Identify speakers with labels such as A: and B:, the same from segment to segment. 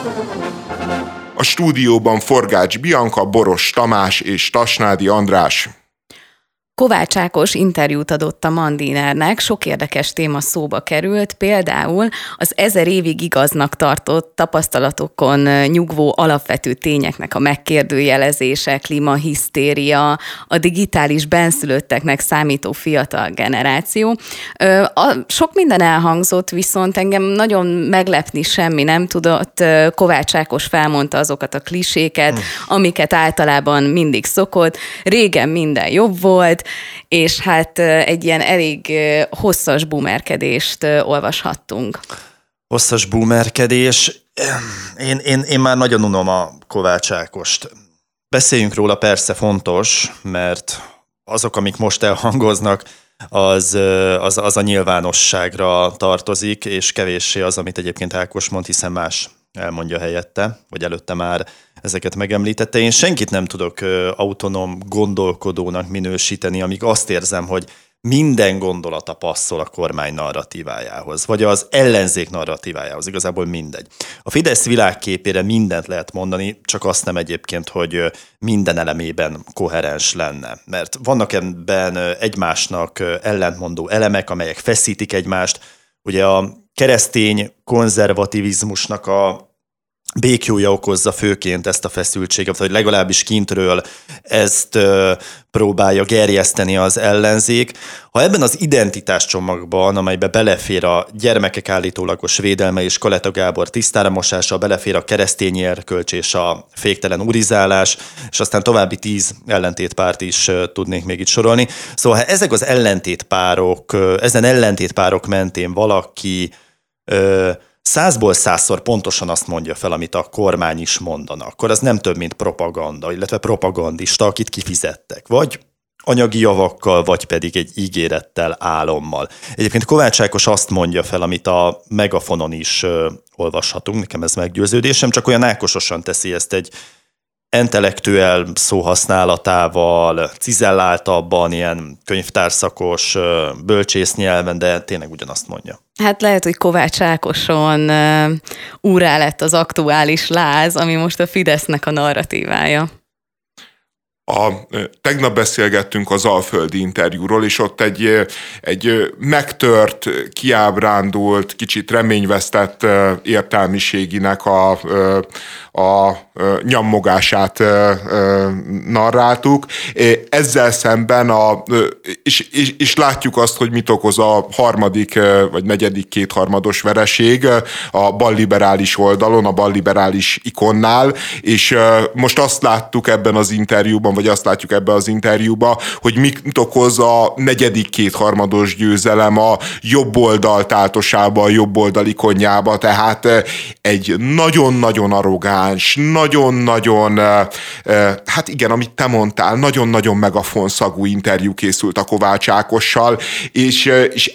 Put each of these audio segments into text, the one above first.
A: A stúdióban Forgács Bianka, Boros Tamás és Tasnádi András.
B: Kovács Ákos interjút adott a Mandinernek, sok érdekes téma szóba került, például az 1000 évig igaznak tartott tapasztalatokon nyugvó alapvető tényeknek a megkérdőjelezése, klímahisztéria, a digitális benszülötteknek számító fiatal generáció. Sok minden elhangzott, viszont engem nagyon meglepni semmi nem tudott. Kovács Ákos felmondta azokat a kliséket, amiket általában mindig szokott. Régen minden jobb volt, és hát egy ilyen elég hosszas boomerkedést olvashattunk.
C: Hosszas boomerkedés. Én már nagyon unom a Kovács Ákost. Beszéljünk róla, persze fontos, mert azok, amik most elhangoznak, az a nyilvánosságra tartozik, és kevéssé az, amit egyébként Ákos mond, hiszen más elmondja helyette, vagy előtte már ezeket megemlítette. Én senkit nem tudok autonóm gondolkodónak minősíteni, amíg azt érzem, hogy minden gondolata passzol a kormány narratívájához, vagy az ellenzék narratívájához, igazából mindegy. A Fidesz világképére mindent lehet mondani, csak azt nem egyébként, hogy minden elemében koherens lenne. Mert vannak ebben egymásnak ellentmondó elemek, amelyek feszítik egymást. Ugye a keresztény konzervativizmusnak a békjója okozza főként ezt a feszültséget, vagy legalábbis kintről ezt próbálja gerjeszteni az ellenzék. Ha ebben az identitáscsomagban, amelybe belefér a gyermekek állítólagos védelme és Kaleta Gábor tisztára mosása, belefér a keresztény erkölcs és a féktelen urizálás, és aztán további 10 ellentétpárt is tudnék még itt sorolni. Szóval ha ezek az ellentétpárok, ezen ellentétpárok mentén valaki 100-ból 100-szor pontosan azt mondja fel, amit a kormány is mondana, akkor az nem több, mint propaganda, illetve propagandista, akit kifizettek. Vagy anyagi javakkal, vagy pedig egy ígérettel, álommal. Egyébként Kovács Ákos azt mondja fel, amit a Megafonon is olvashatunk, nekem ez meggyőződésem, csak olyan ákososan teszi ezt egy intellektuel szóhasználatával, cizelláltabban, ilyen könyvtárszakos, bölcsész nyelven, de tényleg ugyanazt mondja.
B: Hát lehet, hogy Kovács Ákoson úrrá lett az aktuális láz, ami most a Fidesznek a narratívája.
A: Tegnap beszélgettünk az Alföldi interjúról, és ott egy megtört, kiábrándult, kicsit reményvesztett értelmiséginek a nyammogását narráltuk. Ezzel szemben és látjuk azt, hogy mit okoz a harmadik vagy negyedik kétharmados vereség a balliberális oldalon, a balliberális ikonnál, és most azt láttuk ebben az interjúban, vagy azt látjuk ebben az interjúban, hogy mit okoz a negyedik kétharmados győzelem a jobb oldal táltosába, a jobb oldal ikonjába, tehát egy nagyon-nagyon arrogáns, nagyon-nagyon, hát igen, amit te mondtál, nagyon-nagyon megafonszagú interjú készült a Kovács Ákossal, és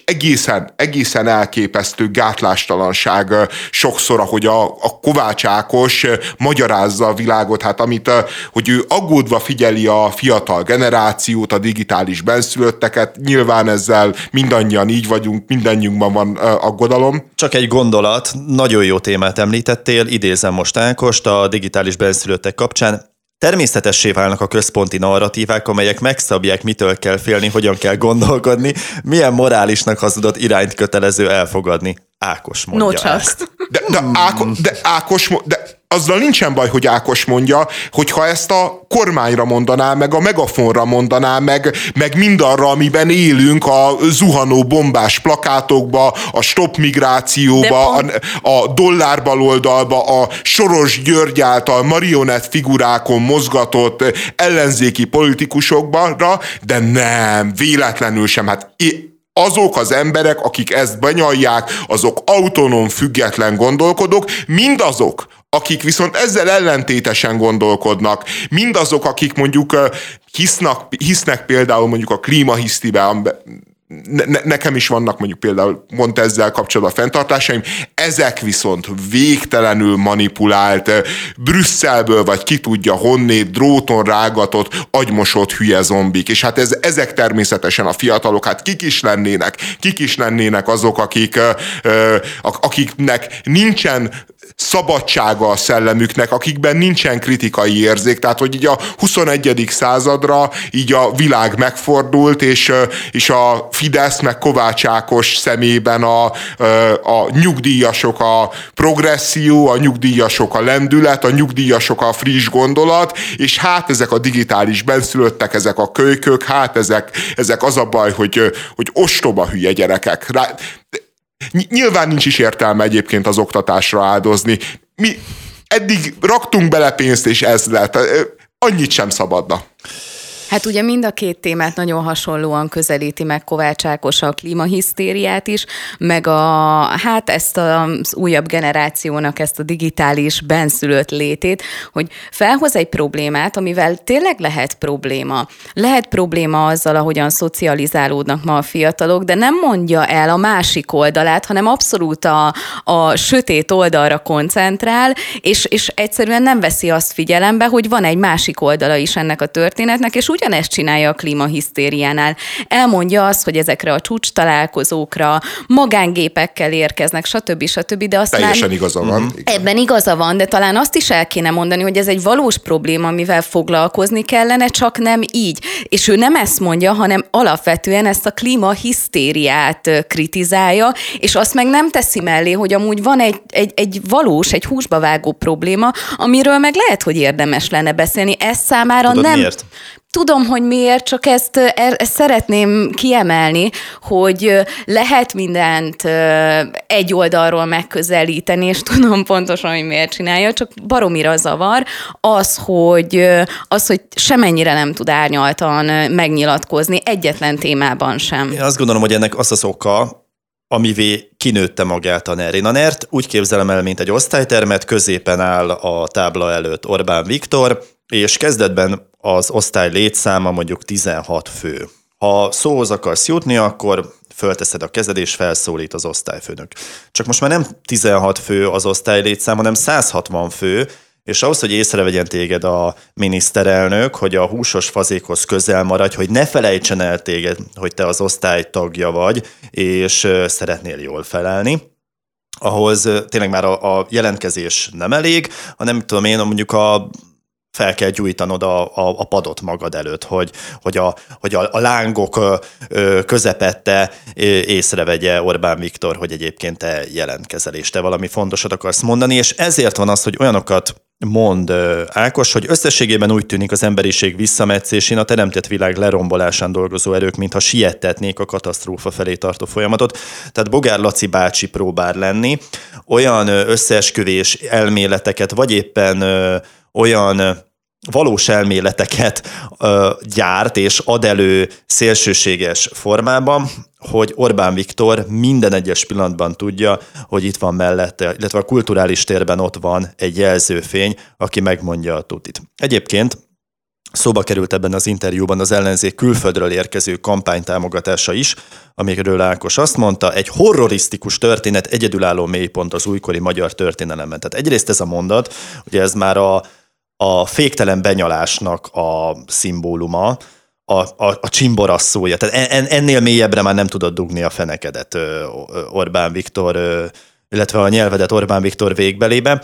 A: egészen elképesztő gátlástalanság sokszor, ahogy a Kovács Ákos magyarázza a világot, hát hogy ő aggódva figyeli a fiatal generációt, a digitális benszülötteket, nyilván ezzel mindannyian így vagyunk, mindannyiunkban van aggodalom.
C: Csak egy gondolat, nagyon jó témát említettél, idézem most Ákost a digitális benszülöttek kapcsán. Természetessé válnak a központi narratívák, amelyek megszabják, mitől kell félni, hogyan kell gondolkodni, milyen morálisnak hazudott irányt kötelező elfogadni. Ákos mondja ezt.
A: De Ákos azzal nincsen baj, hogy Ákos mondja, hogyha ezt a kormányra mondaná, meg a Megafonra mondaná, meg mindarra, amiben élünk, a zuhanó bombás plakátokba, a stop migrációba, a dollárbaloldalba, a Soros György által marionett figurákon mozgatott ellenzéki politikusokba, de nem, véletlenül sem. Hát azok az emberek, akik ezt benyalják, azok autonóm, független gondolkodók, mindazok, akik viszont ezzel ellentétesen gondolkodnak, mindazok, akik mondjuk hisznek például mondjuk a klímahisztiben, nekem is vannak mondjuk például pont ezzel kapcsolatban fenntartásaim, ezek viszont végtelenül manipulált, Brüsszelből vagy ki tudja honnét dróton rágatott, agymosott hülye zombik. És hát ezek természetesen a fiatalok, hát kik is lennének azok, akiknek nincsen szabadsága a szellemüknek, akikben nincsen kritikai érzék, tehát hogy így a 21. századra így a világ megfordult, és a Fidesz meg Kovács Ákos szemében a nyugdíjasok a progresszió, a nyugdíjasok a lendület, a nyugdíjasok a friss gondolat, és hát ezek a digitális benszülöttek, ezek a kölykök, hát ezek az a baj, hogy ostoba hülye gyerekek. Nyilván nincs is értelme egyébként az oktatásra áldozni. Mi eddig raktunk bele pénzt, és ez lett. Annyit sem szabadna.
B: Hát ugye mind a két témát nagyon hasonlóan közelíti meg Kovács Ákos, a klímahisztériát is, meg ezt az újabb generációnak ezt a digitális benszülött létét, hogy felhoz egy problémát, amivel tényleg lehet probléma. Lehet probléma azzal, ahogyan szocializálódnak ma a fiatalok, de nem mondja el a másik oldalát, hanem abszolút a sötét oldalra koncentrál, és egyszerűen nem veszi azt figyelembe, hogy van egy másik oldala is ennek a történetnek, és ugyanezt csinálja a klímahisztériánál. Elmondja azt, hogy ezekre a csúcs találkozókra magángépekkel érkeznek, stb. De azt
A: teljesen igaza van.
B: Ebben igaza van, de talán azt is el kéne mondani, hogy ez egy valós probléma, amivel foglalkozni kellene, csak nem így. És ő nem ezt mondja, hanem alapvetően ezt a klímahisztériát kritizálja, és azt meg nem teszi mellé, hogy amúgy van egy valós, egy húsba vágó probléma, amiről meg lehet, hogy érdemes lenne beszélni. Ez számára
C: Tudod,
B: nem...
C: Miért?
B: Tudom, hogy miért, csak ezt szeretném kiemelni, hogy lehet mindent egy oldalról megközelíteni, és tudom pontosan, hogy miért csinálja, csak baromira zavar az, hogy semennyire nem tud árnyaltan megnyilatkozni egyetlen témában sem.
C: Én azt gondolom, hogy ennek az az oka, amivé kinőtte magát a NER. Én a NER-t úgy képzelem el, mint egy osztálytermet, középen áll a tábla előtt Orbán Viktor, és kezdetben az osztály létszáma mondjuk 16 fő. Ha szóhoz akarsz jutni, akkor fölteszed a kezed, és felszólít az osztályfőnök. Csak most már nem 16 fő az osztály létszám, hanem 160 fő, és ahhoz, hogy észrevegyen téged a miniszterelnök, hogy a húsos fazékhoz közel maradj, hogy ne felejtsen el téged, hogy te az osztály tagja vagy, és szeretnél jól felelni, ahhoz tényleg már a jelentkezés nem elég, hanem tudom én, mondjuk fel kell gyújtanod a padot magad előtt, hogy a lángok közepette észrevegye Orbán Viktor, hogy egyébként te jelentkezel, és te valami fontosat akarsz mondani, és ezért van az, hogy olyanokat mond Ákos, hogy összességében úgy tűnik az emberiség visszametszésén, a teremtett világ lerombolásán dolgozó erők, mintha siettetnék a katasztrófa felé tartó folyamatot. Tehát Bogár Laci bácsi próbál lenni, olyan összeesküvés elméleteket, vagy éppen olyan valós elméleteket gyárt és ad elő szélsőséges formában, hogy Orbán Viktor minden egyes pillanatban tudja, hogy itt van mellette, illetve a kulturális térben ott van egy jelzőfény, aki megmondja a tutit. Egyébként szóba került ebben az interjúban az ellenzék külföldről érkező kampánytámogatása is, amikről Ákos azt mondta, egy horrorisztikus történet, egyedülálló mélypont az újkori magyar történelemben. Tehát egyrészt ez a mondat, ugye ez már a féktelen benyalásnak a szimbóluma, a csimborasszója. Tehát ennél mélyebbre már nem tudod dugni a fenekedet Orbán Viktor, illetve a nyelvedet Orbán Viktor végbelébe.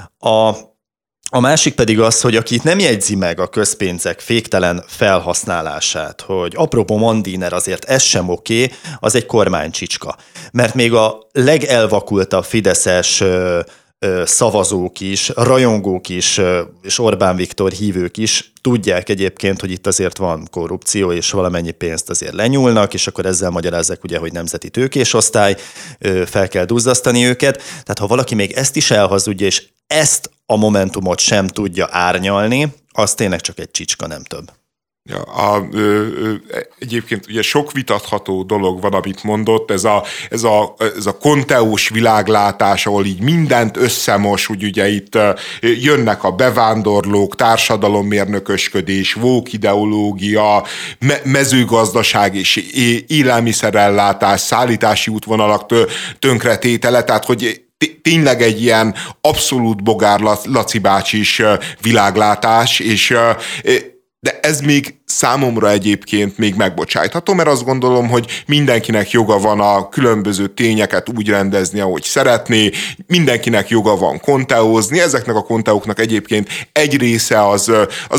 C: A másik pedig az, hogy aki nem jegyzi meg a közpénzek féktelen felhasználását, hogy apropó Mandiner, azért ez sem oké, az egy kormánycsicska. Mert még a legelvakultabb fideszes szavazók is, rajongók is, és Orbán Viktor hívők is tudják egyébként, hogy itt azért van korrupció, és valamennyi pénzt azért lenyúlnak, és akkor ezzel magyarázzák ugye, hogy nemzeti tőkésosztály, fel kell duzzasztani őket. Tehát ha valaki még ezt is elhazudja, és ezt a momentumot sem tudja árnyalni, az tényleg csak egy csicska, nem több.
A: Ja, egyébként ugye sok vitatható dolog van, amit mondott, ez a konteós világlátás, ahol így mindent összemos, úgy ugye itt jönnek a bevándorlók, társadalommérnökösködés, woke ideológia, mezőgazdaság és élelmiszerellátás, szállítási útvonalak tönkretétele, tehát hogy tényleg egy ilyen abszolút Bogár Laci bácsis világlátás, és De ez még számomra egyébként még megbocsájtható, mert azt gondolom, hogy mindenkinek joga van a különböző tényeket úgy rendezni, ahogy szeretné, mindenkinek joga van konteózni, ezeknek a konteóknak egyébként egy része az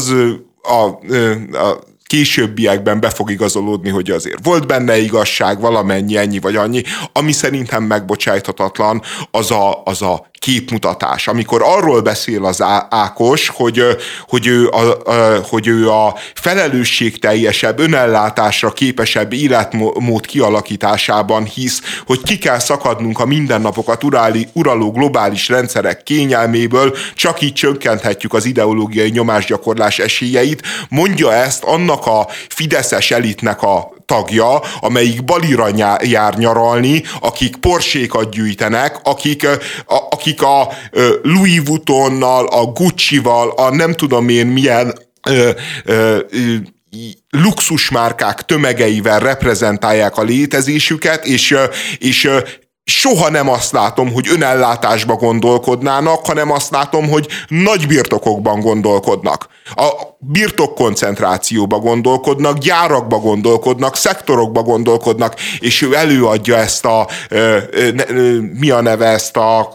A: a későbbiekben be fog igazolódni, hogy azért volt benne igazság, valamennyi, ennyi vagy annyi. Ami szerintem megbocsájthatatlan, az a képmutatás. Amikor arról beszél az Ákos, hogy ő a felelősségteljesebb, önellátásra képesebb életmód kialakításában hisz, hogy ki kell szakadnunk a mindennapokat uraló globális rendszerek kényelméből, csak így csökkenthetjük az ideológiai nyomásgyakorlás esélyeit. Mondja ezt annak a fideszes elitnek a tagja, amelyik Balira jár nyaralni, akik Porsékat gyűjtenek, akik a Louis Vuittonnal, a Guccival, a nem tudom én milyen luxusmárkák tömegeivel reprezentálják a létezésüket, és soha nem azt látom, hogy önellátásba gondolkodnának, hanem azt látom, hogy nagy birtokokban gondolkodnak. A birtokkoncentrációba gondolkodnak, gyárakba gondolkodnak, szektorokba gondolkodnak, és ő előadja ezt mi a neve, ezt a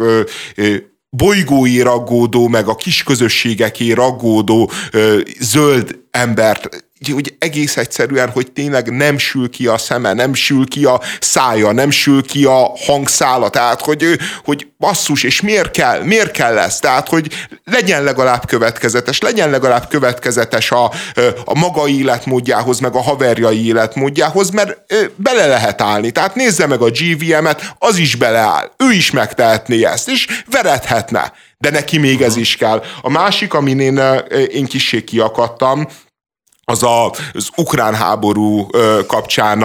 A: bolygóért aggódó, meg a kisközösségekért aggódó zöld embert, hogy egész egyszerűen, hogy tényleg nem sül ki a szeme, nem sül ki a szája, nem sül ki a hangszála, tehát hogy basszus, és miért kell ez? Tehát, hogy legyen legalább következetes a maga életmódjához, meg a haverjai életmódjához, mert bele lehet állni. Tehát nézze meg a GVM-et, az is beleáll. Ő is megtehetné ezt, és verethetne. De neki még ez is kell. A másik, amin én kissé kiakadtam, az ukrán háború kapcsán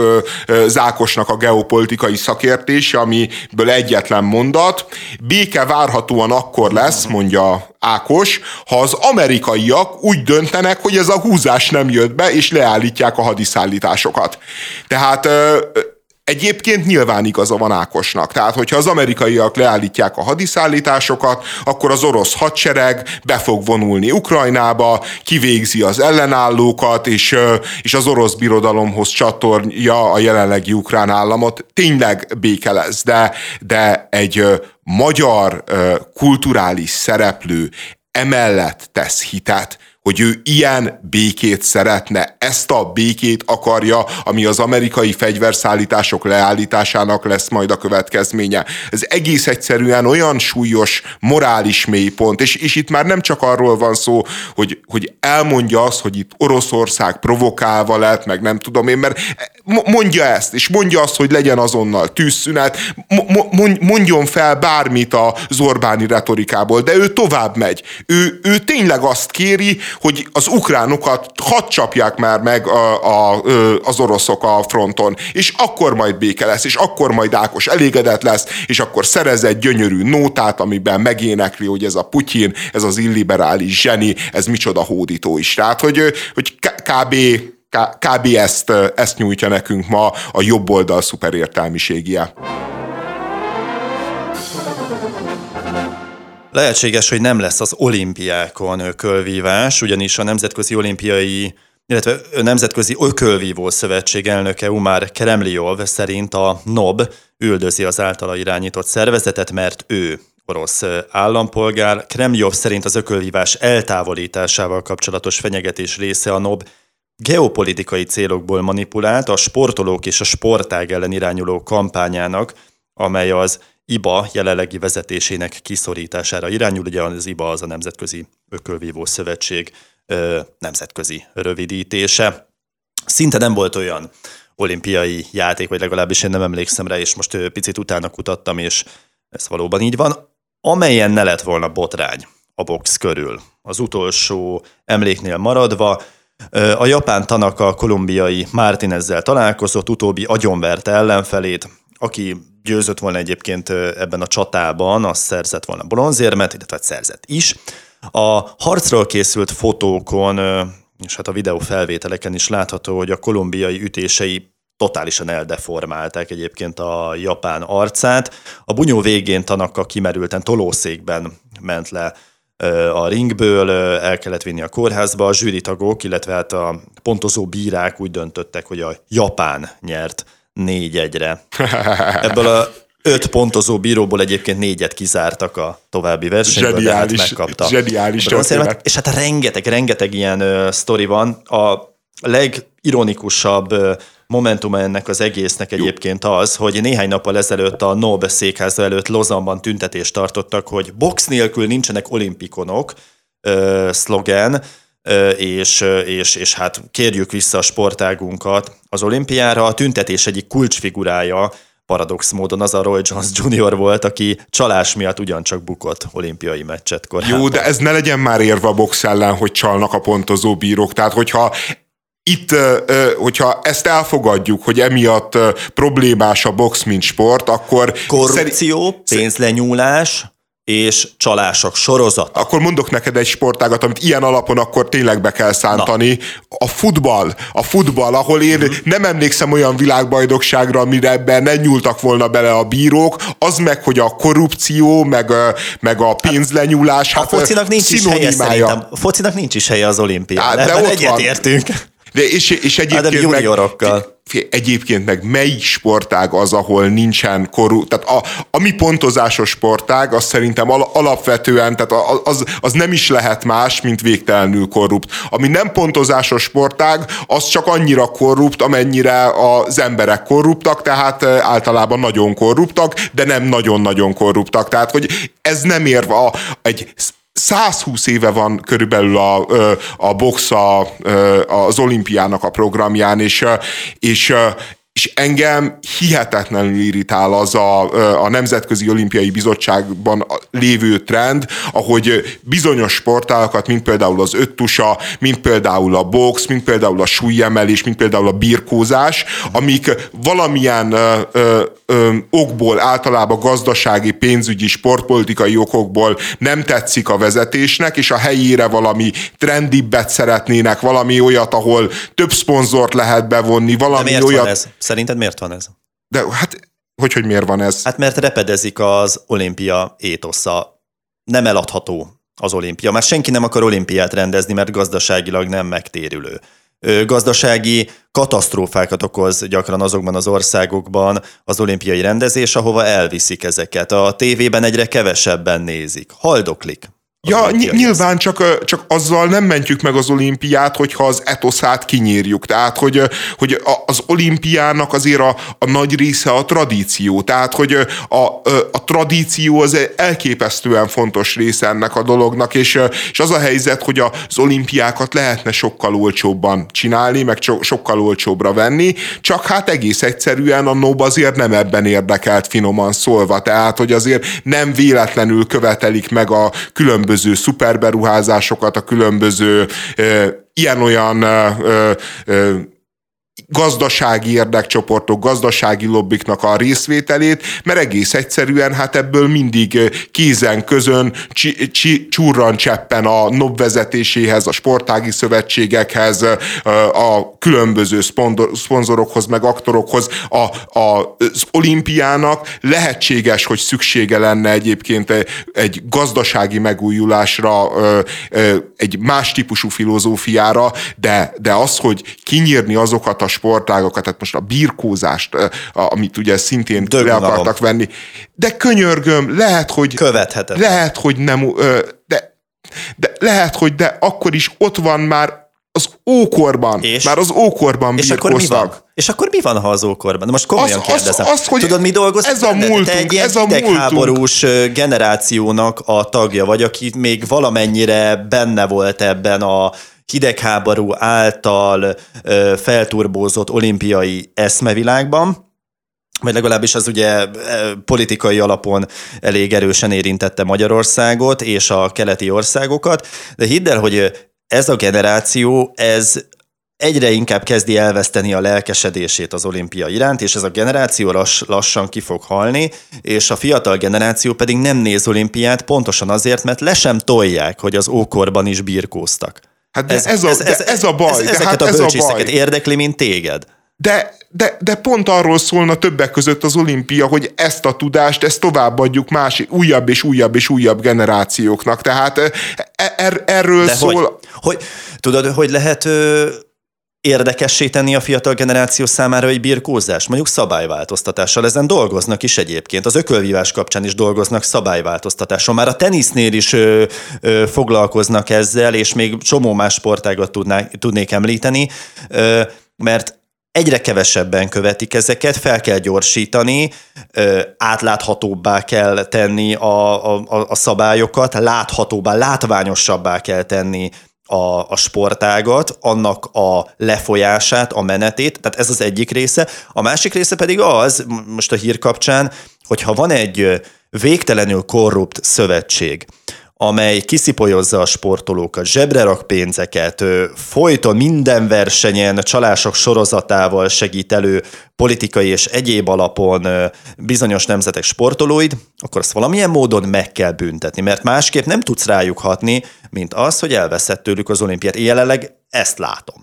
A: az Ákosnak a geopolitikai szakértése, amiből egyetlen mondat. Béke várhatóan akkor lesz, mondja Ákos, ha az amerikaiak úgy döntenek, hogy ez a húzás nem jött be, és leállítják a hadiszállításokat. Tehát egyébként nyilván igaza van Ákosnak. Tehát, hogyha az amerikaiak leállítják a hadiszállításokat, akkor az orosz hadsereg be fog vonulni Ukrajnába, kivégzi az ellenállókat, és az orosz birodalomhoz csatolja a jelenlegi ukrán államot. Tényleg béke lesz, de egy magyar kulturális szereplő emellett tesz hitet, hogy ő ilyen békét szeretne, ezt a békét akarja, ami az amerikai fegyverszállítások leállításának lesz majd a következménye. Ez egész egyszerűen olyan súlyos morális mélypont, és itt már nem csak arról van szó, hogy elmondja azt, hogy itt Oroszország provokálva lett, meg nem tudom én, mert mondja ezt, és mondja azt, hogy legyen azonnal tűzszünet, mondjon fel bármit az Orbáni retorikából, de ő tovább megy. Ő tényleg azt kéri, hogy az ukránokat hadd csapják már meg az oroszok a fronton, és akkor majd béke lesz, és akkor majd Ákos elégedett lesz, és akkor szerez egy gyönyörű nótát, amiben megénekli, hogy ez a Putyin, ez az illiberális zseni, ez micsoda hódító is. Tehát, hogy kb. Ezt nyújtja nekünk ma a jobb oldal szuperértelmiségie.
C: Lehetséges, hogy nem lesz az olimpiákon ökölvívás, ugyanis a Nemzetközi Olimpiai, illetve a Nemzetközi Ökölvívó Szövetség elnöke Umar Kremljov szerint a NOB üldözi az általa irányított szervezetet, mert ő orosz állampolgár. Kremljov szerint az ökölvívás eltávolításával kapcsolatos fenyegetés része a NOB geopolitikai célokból manipulált a sportolók és a sportág ellen irányuló kampányának, amely az IBA jelenlegi vezetésének kiszorítására irányul. Ugye az IBA az a Nemzetközi Ökölvívó Szövetség nemzetközi rövidítése. Szinte nem volt olyan olimpiai játék, vagy legalábbis én nem emlékszem rá, és most picit utána kutattam, és ez valóban így van, amelyen ne lett volna botrány a box körül. Az utolsó emléknél maradva, a japán Tanaka a kolumbiai Martinezzel találkozott, utóbbi agyonverte ellenfelét, aki győzött volna egyébként ebben a csatában, az szerzett volna bronzérmet, illetve szerzett is. A harcról készült fotókon, és hát a videó felvételeken is látható, hogy a kolumbiai ütései totálisan eldeformálták egyébként a japán arcát. A bunyó végén Tanaka kimerülten tolószékben ment le a ringből, el kellett vinni a kórházba, a zsűritagok, illetve hát a pontozó bírák úgy döntöttek, hogy a Japán nyert 4-1-re. Ebből a 5 pontozó bíróból egyébként 4-et kizártak a további versenyből, de hát megkapta.
A: Zseniális történet.
C: És hát rengeteg ilyen sztori van. A legironikusabb momentuma ennek az egésznek egyébként az, hogy néhány nappal ezelőtt a NOB székháza előtt Lausanne-ban tüntetést tartottak, hogy box nélkül nincsenek olimpikonok, szlogen, és hát kérjük vissza a sportágunkat az olimpiára. A tüntetés egyik kulcsfigurája paradox módon az a Roy Jones Jr. volt, aki csalás miatt ugyancsak bukott olimpiai meccset korábban.
A: Jó, de ez ne legyen már érve a box ellen, hogy csalnak a pontozó bírók. Tehát, hogyha ezt elfogadjuk, hogy emiatt problémás a box, mint sport, akkor...
C: Korrupció, pénzlenyúlás és csalások sorozat.
A: Akkor mondok neked egy sportágat, amit ilyen alapon akkor tényleg be kell szántani. A futball, ahol én nem emlékszem olyan világbajnokságra, amire ebben nem nyúltak volna bele a bírók, az meg, hogy a korrupció, meg a pénzlenyúlás,
C: a focinak nincs is helye szerintem. A focinak nincs is helye az olimpián.
A: De ott
C: egyetértünk.
A: És egyébként meg melyik sportág az, ahol nincsen tehát ami pontozásos sportág, az szerintem alapvetően, tehát az nem is lehet más, mint végtelenül korrupt. Ami nem pontozásos sportág, az csak annyira korrupt, amennyire az emberek korruptak, tehát általában nagyon korruptak, de nem nagyon-nagyon korruptak. Tehát, hogy ez nem érve egy 120 éve van körülbelül a box az olimpiának a programján, és engem hihetetlenül irritál az a Nemzetközi Olimpiai Bizottságban lévő trend, ahogy bizonyos sportágakat, mint például az öttusa, mint például a box, mint például a súlyemelés, mint például a birkózás, amik valamilyen okból, általában gazdasági, pénzügyi, sportpolitikai okokból nem tetszik a vezetésnek, és a helyére valami trendibbet szeretnének, valami olyat, ahol több szponzort lehet bevonni, valami olyat...
C: Van ez? Szerinted miért van ez?
A: De hát, hogy miért van ez?
C: Hát mert repedezik az olimpia étosza. Nem eladható az olimpia. Már senki nem akar olimpiát rendezni, mert gazdaságilag nem megtérülő. Gazdasági katasztrófákat okoz gyakran azokban az országokban az olimpiai rendezés, ahova elviszik ezeket. A tévében egyre kevesebben nézik. Haldoklik.
A: Ja, nyilván csak azzal nem mentjük meg az olimpiát, hogyha az etoszát kinyírjuk. Tehát, hogy az olimpiának azért a nagy része a tradíció. Tehát, hogy a tradíció az elképesztően fontos része ennek a dolognak, és az a helyzet, hogy az olimpiákat lehetne sokkal olcsóbban csinálni, meg sokkal olcsóbbra venni, csak hát egész egyszerűen a NOB azért nem ebben érdekelt, finoman szólva. Tehát, hogy azért nem véletlenül követelik meg a különböző szuperberuházásokat, a különböző ilyen-olyan gazdasági érdekcsoportok, gazdasági lobbiknak a részvételét, mert egész egyszerűen hát ebből mindig kézen közön csurran cseppen a NOB vezetéséhez, a sportági szövetségekhez, a különböző szponzorokhoz, meg aktorokhoz. Az olimpiának lehetséges, hogy szüksége lenne egyébként egy gazdasági megújulásra, egy más típusú filozófiára, de az, hogy kinyírni azokat a sportágokat, tehát most a birkózást, amit ugye szintén le akartak venni. De könyörgöm, lehet, hogy nem, de lehet, hogy de akkor is ott van már az ókorban. Már az ókorban birkóztak.
C: És akkor mi van, ha az ókorban? De most komolyan kérdezem. Tudod, mi dolgozik?
A: Ez a múltunk,
C: te egy ilyen hidegháborús generációnak a tagja vagy, aki még valamennyire benne volt ebben a hidegháború által felturbózott olimpiai eszmevilágban, vagy legalábbis az ugye politikai alapon elég erősen érintette Magyarországot és a keleti országokat, de hidd el, hogy ez a generáció, ez egyre inkább kezdi elveszteni a lelkesedését az olimpia iránt, és ez a generáció lassan ki fog halni, és a fiatal generáció pedig nem néz olimpiát pontosan azért, mert le sem tolják, hogy az ókorban is birkóztak.
A: Hát ez a baj.
C: Ezeket a bölcsészeket érdekli, mint téged.
A: De pont arról szólna többek között az olimpia, hogy ezt a tudást, ezt továbbadjuk más újabb és újabb és újabb generációknak. Tehát erről
C: de
A: szól...
C: Tudod, hogy lehet érdekessé tenni a fiatal generáció számára egy birkózás? Mondjuk szabályváltoztatással, ezen dolgoznak is egyébként. Az ökölvívás kapcsán is dolgoznak szabályváltoztatással. Már a tenisznél is foglalkoznak ezzel, és még csomó más sportágat tudnék említeni, mert egyre kevesebben követik ezeket, fel kell gyorsítani, átláthatóbbá kell tenni a szabályokat, láthatóbbá, látványosabbá kell tenni a sportágat, annak a lefolyását, a menetét, tehát ez az egyik része. A másik része pedig az, most a hír kapcsán, hogyha van egy végtelenül korrupt szövetség, amely kiszipolyozza a sportolókat, zsebre rak pénzeket, folyton minden versenyen csalások sorozatával segít elő politikai és egyéb alapon bizonyos nemzetek sportolóid, akkor azt valamilyen módon meg kell büntetni, mert másképp nem tudsz rájuk hatni, mint az, hogy elveszett tőlük az olimpiát. Én jelenleg ezt látom.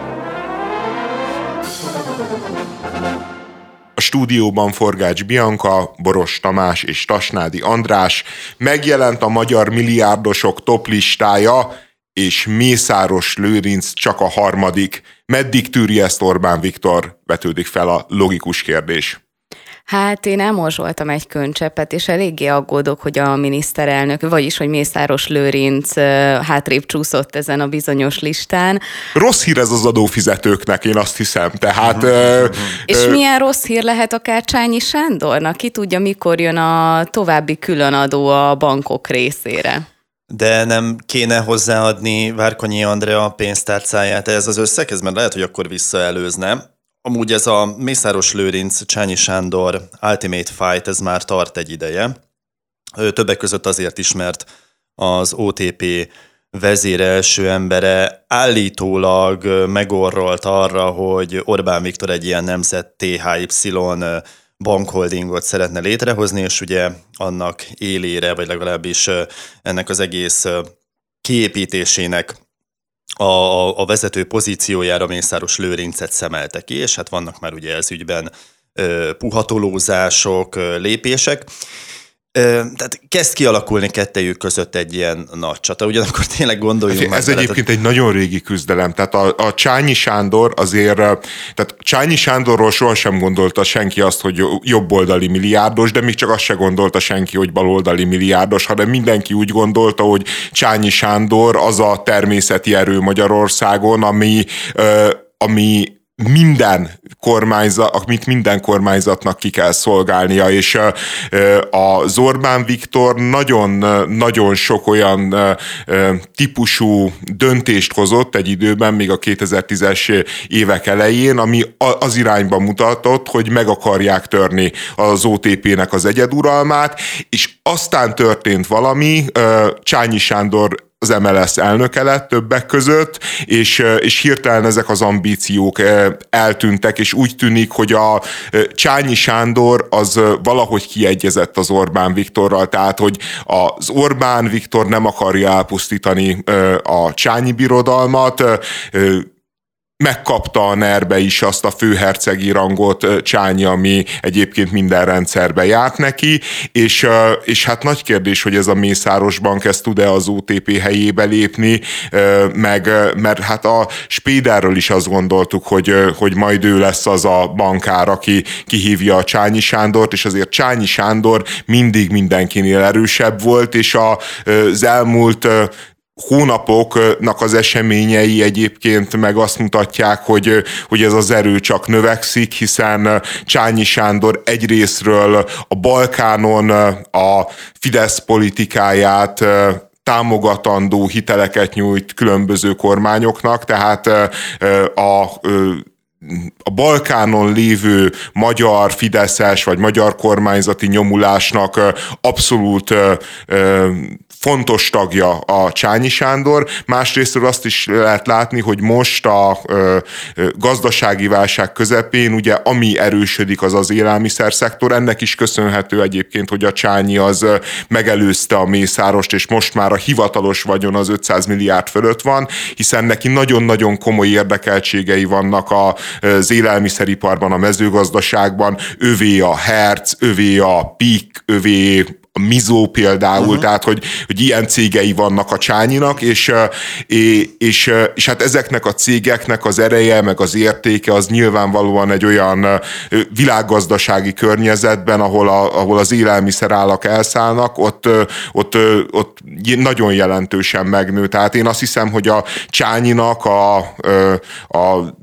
A: A stúdióban Forgács Bianca, Boros Tamás és Tasnádi András, megjelent a magyar milliárdosok toplistája, és Mészáros Lőrinc csak a harmadik. Meddig tűri ezt Orbán Viktor? Vetődik fel a logikus kérdés.
B: Hát én elmorzsoltam egy könycseppet, és eléggé aggódok, hogy a miniszterelnök, vagyis hogy Mészáros Lőrinc hátrébb csúszott ezen a bizonyos listán.
A: Rossz hír ez az adófizetőknek, én azt hiszem. Tehát,
B: és milyen rossz hír lehet akár Csányi Sándornak? Ki tudja, mikor jön a további különadó a bankok részére?
C: De nem kéne hozzáadni Várkonyi Andrea pénztárcáját ehhez az összeghez, mert lehet, hogy akkor visszaelőzne. Amúgy ez a Mészáros Lőrinc, Csányi Sándor Ultimate Fight, ez már tart egy ideje. Többek között azért is, mert az OTP vezére első embere állítólag megorrolt arra, hogy Orbán Viktor egy ilyen nemzet THY bankholdingot szeretne létrehozni, és ugye annak élére, vagy legalábbis ennek az egész kiépítésének a vezető pozíciójára Mészáros Lőrincet szemelte ki, és hát vannak már ugye ez ügyben puhatolózások, lépések. Tehát kezd kialakulni kettejük között egy ilyen nagy csata, ugyanakkor tényleg gondoljunk már.
A: Ez egyébként egy nagyon régi küzdelem, tehát a Csányi Sándor azért, tehát Csányi Sándorról sohasem gondolta senki azt, hogy jobboldali milliárdos, de még csak azt se gondolta senki, hogy baloldali milliárdos, hanem mindenki úgy gondolta, hogy Csányi Sándor az a természeti erő Magyarországon, ami amit minden kormányzatnak ki kell szolgálnia, és az Orbán Viktor nagyon sok olyan típusú döntést hozott egy időben, még a 2010-es évek elején, ami az irányba mutatott, hogy meg akarják törni az OTP-nek az egyeduralmát, és aztán történt valami, Csányi Sándor az MLS elnöke lett többek között, és hirtelen ezek az ambíciók eltűntek, és úgy tűnik, hogy a Csányi Sándor az valahogy kiegyezett az Orbán Viktorral, tehát, hogy az Orbán Viktor nem akarja elpusztítani a Csányi birodalmat, megkapta a NER-be is azt a főhercegi rangot Csányi, ami egyébként minden rendszerbe járt neki, és hát nagy kérdés, hogy ez a Mészáros Bank ezt tud-e az OTP helyébe lépni, mert hát a Spéderről is azt gondoltuk, hogy majd ő lesz az a bankár, aki kihívja a Csányi Sándort, és azért Csányi Sándor mindig mindenkinél erősebb volt, és az elmúlt hónapoknak az eseményei egyébként meg azt mutatják, hogy ez az erő csak növekszik, hiszen Csányi Sándor egyrészről a Balkánon a Fidesz politikáját támogatandó hiteleket nyújt különböző kormányoknak, tehát a Balkánon lévő magyar fideszes vagy magyar kormányzati nyomulásnak abszolút fontos tagja a Csányi Sándor. Másrésztről azt is lehet látni, hogy most a gazdasági válság közepén, ugye ami erősödik, az élelmiszerszektor. Ennek is köszönhető egyébként, hogy a Csányi az megelőzte a Mészárost, és most már a hivatalos vagyon az 500 milliárd fölött van, hiszen neki nagyon-nagyon komoly érdekeltségei vannak az élelmiszeriparban, a mezőgazdaságban, övé a Hertz, övé a PIK, övé a Mizó például, tehát hogy ilyen cégei vannak a Csányinak, és hát ezeknek a cégeknek az ereje, meg az értéke az nyilvánvalóan egy olyan világgazdasági környezetben, ahol az élelmiszerárak elszállnak, ott nagyon jelentősen megnő. Tehát én azt hiszem, hogy a Csányinak a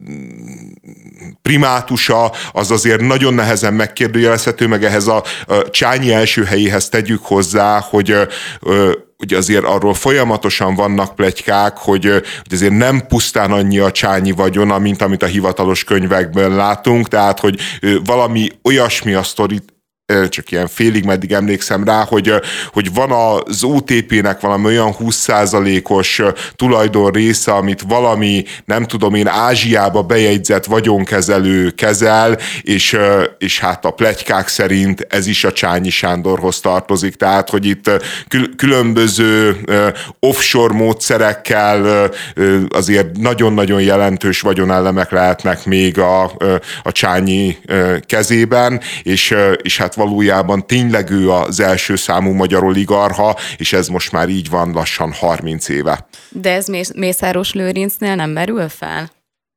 A: primátusa az azért nagyon nehezen megkérdőjelezhető, meg ehhez a Csányi első helyéhez tegyük hozzá, hogy azért arról folyamatosan vannak pletykák, hogy azért nem pusztán annyi a Csányi vagyona, mint amit a hivatalos könyvekben látunk, tehát hogy valami olyasmi a sztorit, csak ilyen félig meddig emlékszem rá, hogy van az OTP-nek valami olyan 20%-os tulajdon része, amit valami, nem tudom én, Ázsiába bejegyzett vagyonkezelő kezel, és hát a pletykák szerint ez is a Csányi Sándorhoz tartozik. Tehát, hogy itt különböző offshore módszerekkel azért nagyon-nagyon jelentős vagyonelemek lehetnek még a Csányi kezében, és hát valójában tényleg ő az első számú magyar oligarcha, és ez most már így van lassan 30 éve.
B: De ez Mészáros Lőrincnél nem merül fel?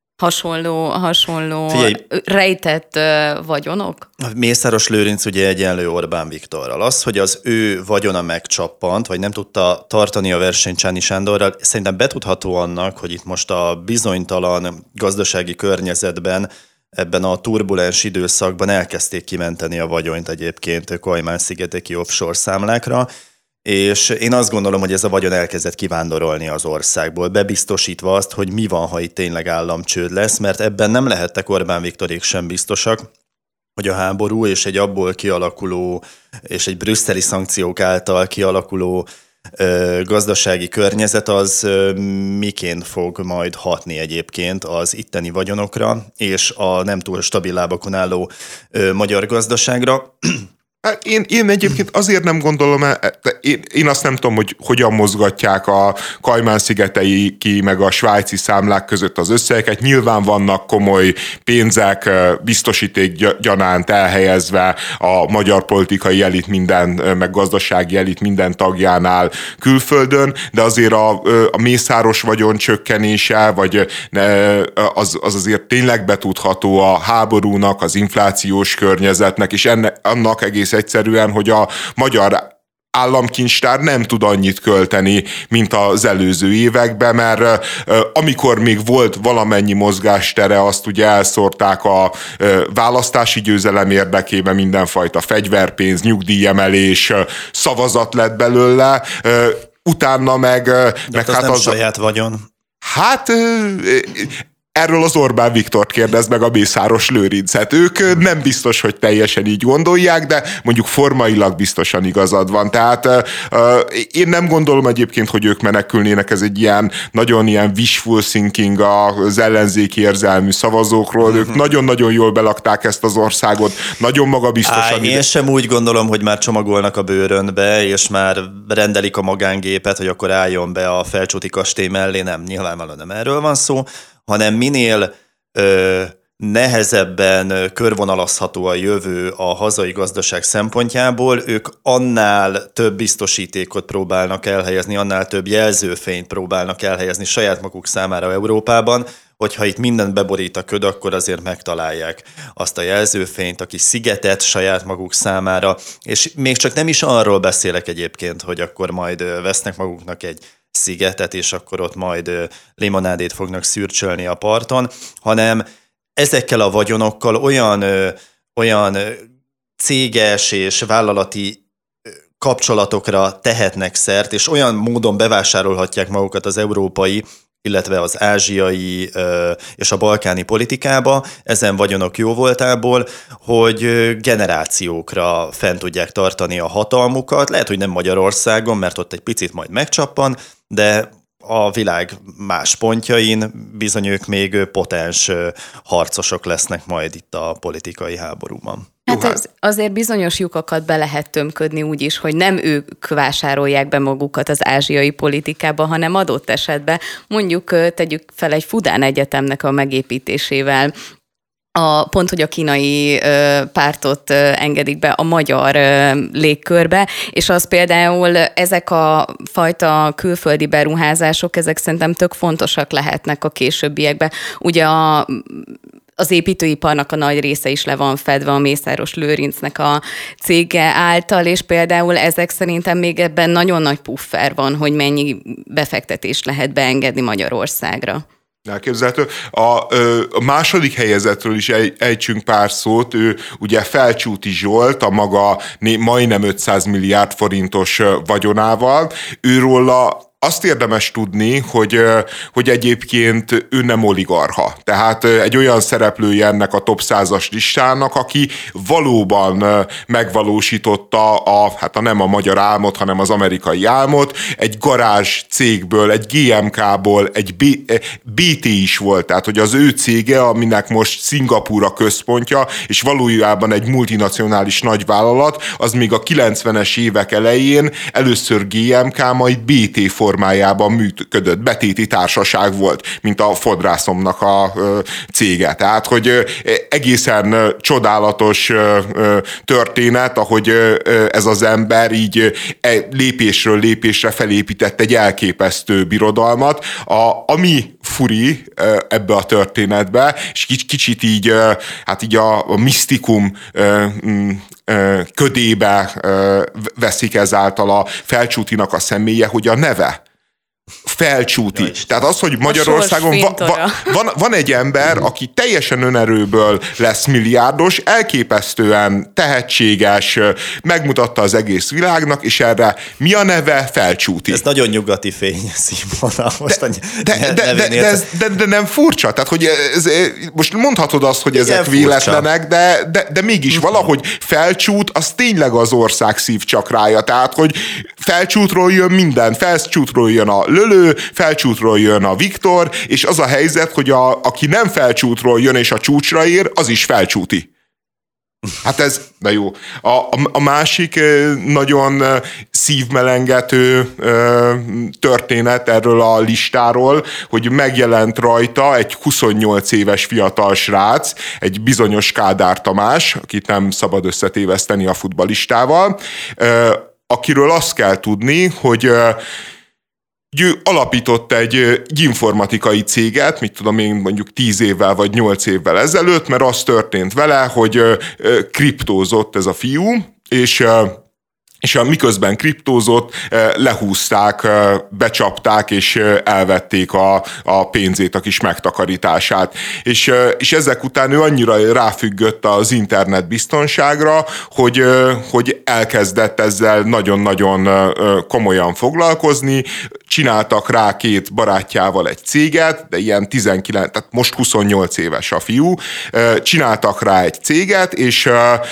B: Hasonló rejtett vagyonok?
C: Mészáros Lőrinc ugye egyenlő Orbán Viktorral. Az, hogy az ő vagyona megcsappant, vagy nem tudta tartani a versenyt Csányi Sándorral, szerintem betudható annak, hogy itt most a bizonytalan gazdasági környezetben, ebben a turbulens időszakban elkezdték kimenteni a vagyont egyébként Kajmán-szigeteki offshore számlákra, és én azt gondolom, hogy ez a vagyon elkezdett kivándorolni az országból, bebiztosítva azt, hogy mi van, ha itt tényleg államcsőd lesz, mert ebben nem lehettek Orbán Viktorék sem biztosak, hogy a háború és egy abból kialakuló, és egy brüsszeli szankciók által kialakuló gazdasági környezet az miként fog majd hatni egyébként az itteni vagyonokra és a nem túl stabil lábakon álló magyar gazdaságra.
A: Én egyébként azért nem gondolom, én azt nem tudom, hogy hogyan mozgatják a Kajmán-szigetei meg a svájci számlák között az összegeket. Nyilván vannak komoly pénzek biztosíték gyanánt elhelyezve a magyar politikai elit meg gazdasági elit minden tagjánál külföldön, de azért a mészáros vagyon csökkenése, vagy az azért tényleg betudható a háborúnak, az inflációs környezetnek, és annak egész egyszerűen, hogy a magyar államkincstár nem tud annyit költeni, mint az előző években, mert amikor még volt valamennyi mozgástere, azt ugye elszórták a választási győzelem érdekében, mindenfajta fegyverpénz, nyugdíjemelés, szavazat lett belőle, utána meg...
C: De hát az nem saját vagyon.
A: Hát... Erről az Orbán Viktort kérdez meg a Mészáros Lőrincet. Ők nem biztos, hogy teljesen így gondolják, de mondjuk formailag biztosan igazad van. Tehát én nem gondolom egyébként, hogy ők menekülnének, ez egy nagyon ilyen wishful thinking az ellenzéki érzelmű szavazókról. Ők nagyon-nagyon jól belakták ezt az országot, nagyon magabiztosan.
C: Én sem úgy gondolom, hogy már csomagolnak a bőrönbe, és már rendelik a magángépet, hogy akkor álljon be a Felcsúti kastély mellé. Nem, nyilvánvalóan nem erről van szó, hanem minél nehezebben körvonalazható a jövő a hazai gazdaság szempontjából, ők annál több biztosítékot próbálnak elhelyezni, annál több jelzőfényt próbálnak elhelyezni saját maguk számára Európában, hogyha itt mindent beborít a köd, akkor azért megtalálják azt a jelzőfényt, a kis szigetet saját maguk számára, és még csak nem is arról beszélek egyébként, hogy akkor majd vesznek maguknak egy szigetet, és akkor ott majd limonádét fognak szürcsölni a parton, hanem ezekkel a vagyonokkal olyan céges és vállalati kapcsolatokra tehetnek szert, és olyan módon bevásárolhatják magukat az európai, illetve az ázsiai és a balkáni politikába, ezen vagyonok jóvoltából, hogy generációkra fent tudják tartani a hatalmukat. Lehet, hogy nem Magyarországon, mert ott egy picit majd megcsappan, de a világ más pontjain bizony ők még potens harcosok lesznek majd itt a politikai háborúban.
B: Hát azért bizonyos lyukakat be lehet tömködni úgy is, hogy nem ők vásárolják be magukat az ázsiai politikába, hanem adott esetben mondjuk tegyük fel egy Fudán Egyetemnek a megépítésével pont, hogy a kínai pártot engedik be a magyar légkörbe, és az például ezek a fajta külföldi beruházások, ezek szerintem tök fontosak lehetnek a későbbiekben. Ugye az építőiparnak a nagy része is le van fedve a Mészáros Lőrincnek a cége által, és például ezek szerintem még ebben nagyon nagy puffer van, hogy mennyi befektetést lehet beengedni Magyarországra.
A: Elképzelhető. A második helyezetről is ejtsünk pár szót. Ő ugye Felcsúti Zsolt, a maga majdnem 500 milliárd forintos vagyonával. Őróla azt érdemes tudni, hogy egyébként ő nem oligarcha. Tehát egy olyan szereplője ennek a top 100-as listának, aki valóban megvalósította nem a magyar álmot, hanem az amerikai álmot. Egy garázs cégből, egy GMK-ból, egy BT is volt. Tehát, hogy az ő cége, aminek most Szingapúr a központja, és valójában egy multinacionális nagyvállalat, az még a 90-es évek elején először GMK, majd BT formájában működött, betéti társaság volt, mint a fodrászomnak a cége. Tehát, hogy egészen csodálatos történet, ahogy ez az ember így lépésről lépésre felépített egy elképesztő birodalmat. Ami furi ebbe a történetbe, és kicsit így, így a misztikum ködébe veszik ezáltal a Felcsútinak a személye, hogy a neve Felcsúti. Tehát az, hogy Magyarországon van egy ember, aki teljesen önerőből lesz milliárdos, elképesztően tehetséges, megmutatta az egész világnak, és erre mi a neve? Felcsúti.
C: Ez nagyon nyugati fényszínvonal.
A: De nem furcsa? Tehát, hogy most mondhatod azt, hogy ezek véletlenek, de mégis valahogy Felcsút, az tényleg az ország szívcsakrája. Tehát, hogy Felcsútról jön minden, Felcsútról jön a Lölő, Felcsútról jön a Viktor, és az a helyzet, hogy aki nem Felcsútról jön és a csúcsra ér, az is felcsúti. Hát ez, de jó. A másik nagyon szívmelengető történet erről a listáról, hogy megjelent rajta egy 28 éves fiatal srác, egy bizonyos Kádár Tamás, akit nem szabad összetéveszteni a futballistával, akiről azt kell tudni, hogy ő alapított egy informatikai céget, mit tudom én, mondjuk 10 évvel vagy 8 évvel ezelőtt, mert az történt vele, hogy kriptózott ez a fiú, és miközben kriptózott, lehúzták, becsapták, és elvették a pénzét, a kis megtakarítását. És ezek után ő annyira ráfüggött az internet biztonságra, hogy elkezdett ezzel nagyon-nagyon komolyan foglalkozni. Csináltak rá 2 barátjával egy céget, de ilyen 19, tehát most 28 éves a fiú. Csináltak rá egy céget, és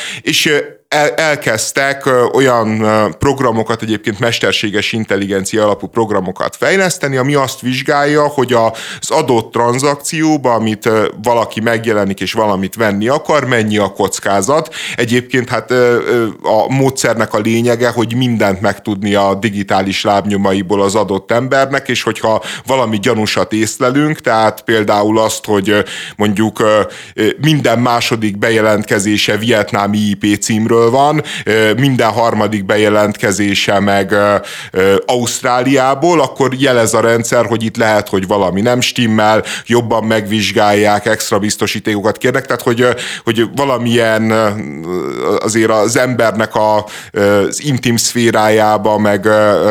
A: elkezdtek olyan programokat, egyébként mesterséges intelligencia alapú programokat fejleszteni, ami azt vizsgálja, hogy az adott tranzakcióba, amit valaki megjelenik és valamit venni akar, mennyi a kockázat. Egyébként hát a módszernek a lényege, hogy mindent megtudni a digitális lábnyomaiból az adott embernek, és hogyha valami gyanúsat észlelünk, tehát például azt, hogy mondjuk minden második bejelentkezése vietnámi IP címről van, minden harmadik bejelentkezése meg Ausztráliából, akkor jelez a rendszer, hogy itt lehet, hogy valami nem stimmel, jobban megvizsgálják, extra biztosítékokat kérnek, tehát hogy valamilyen azért az embernek az intim szférájába, meg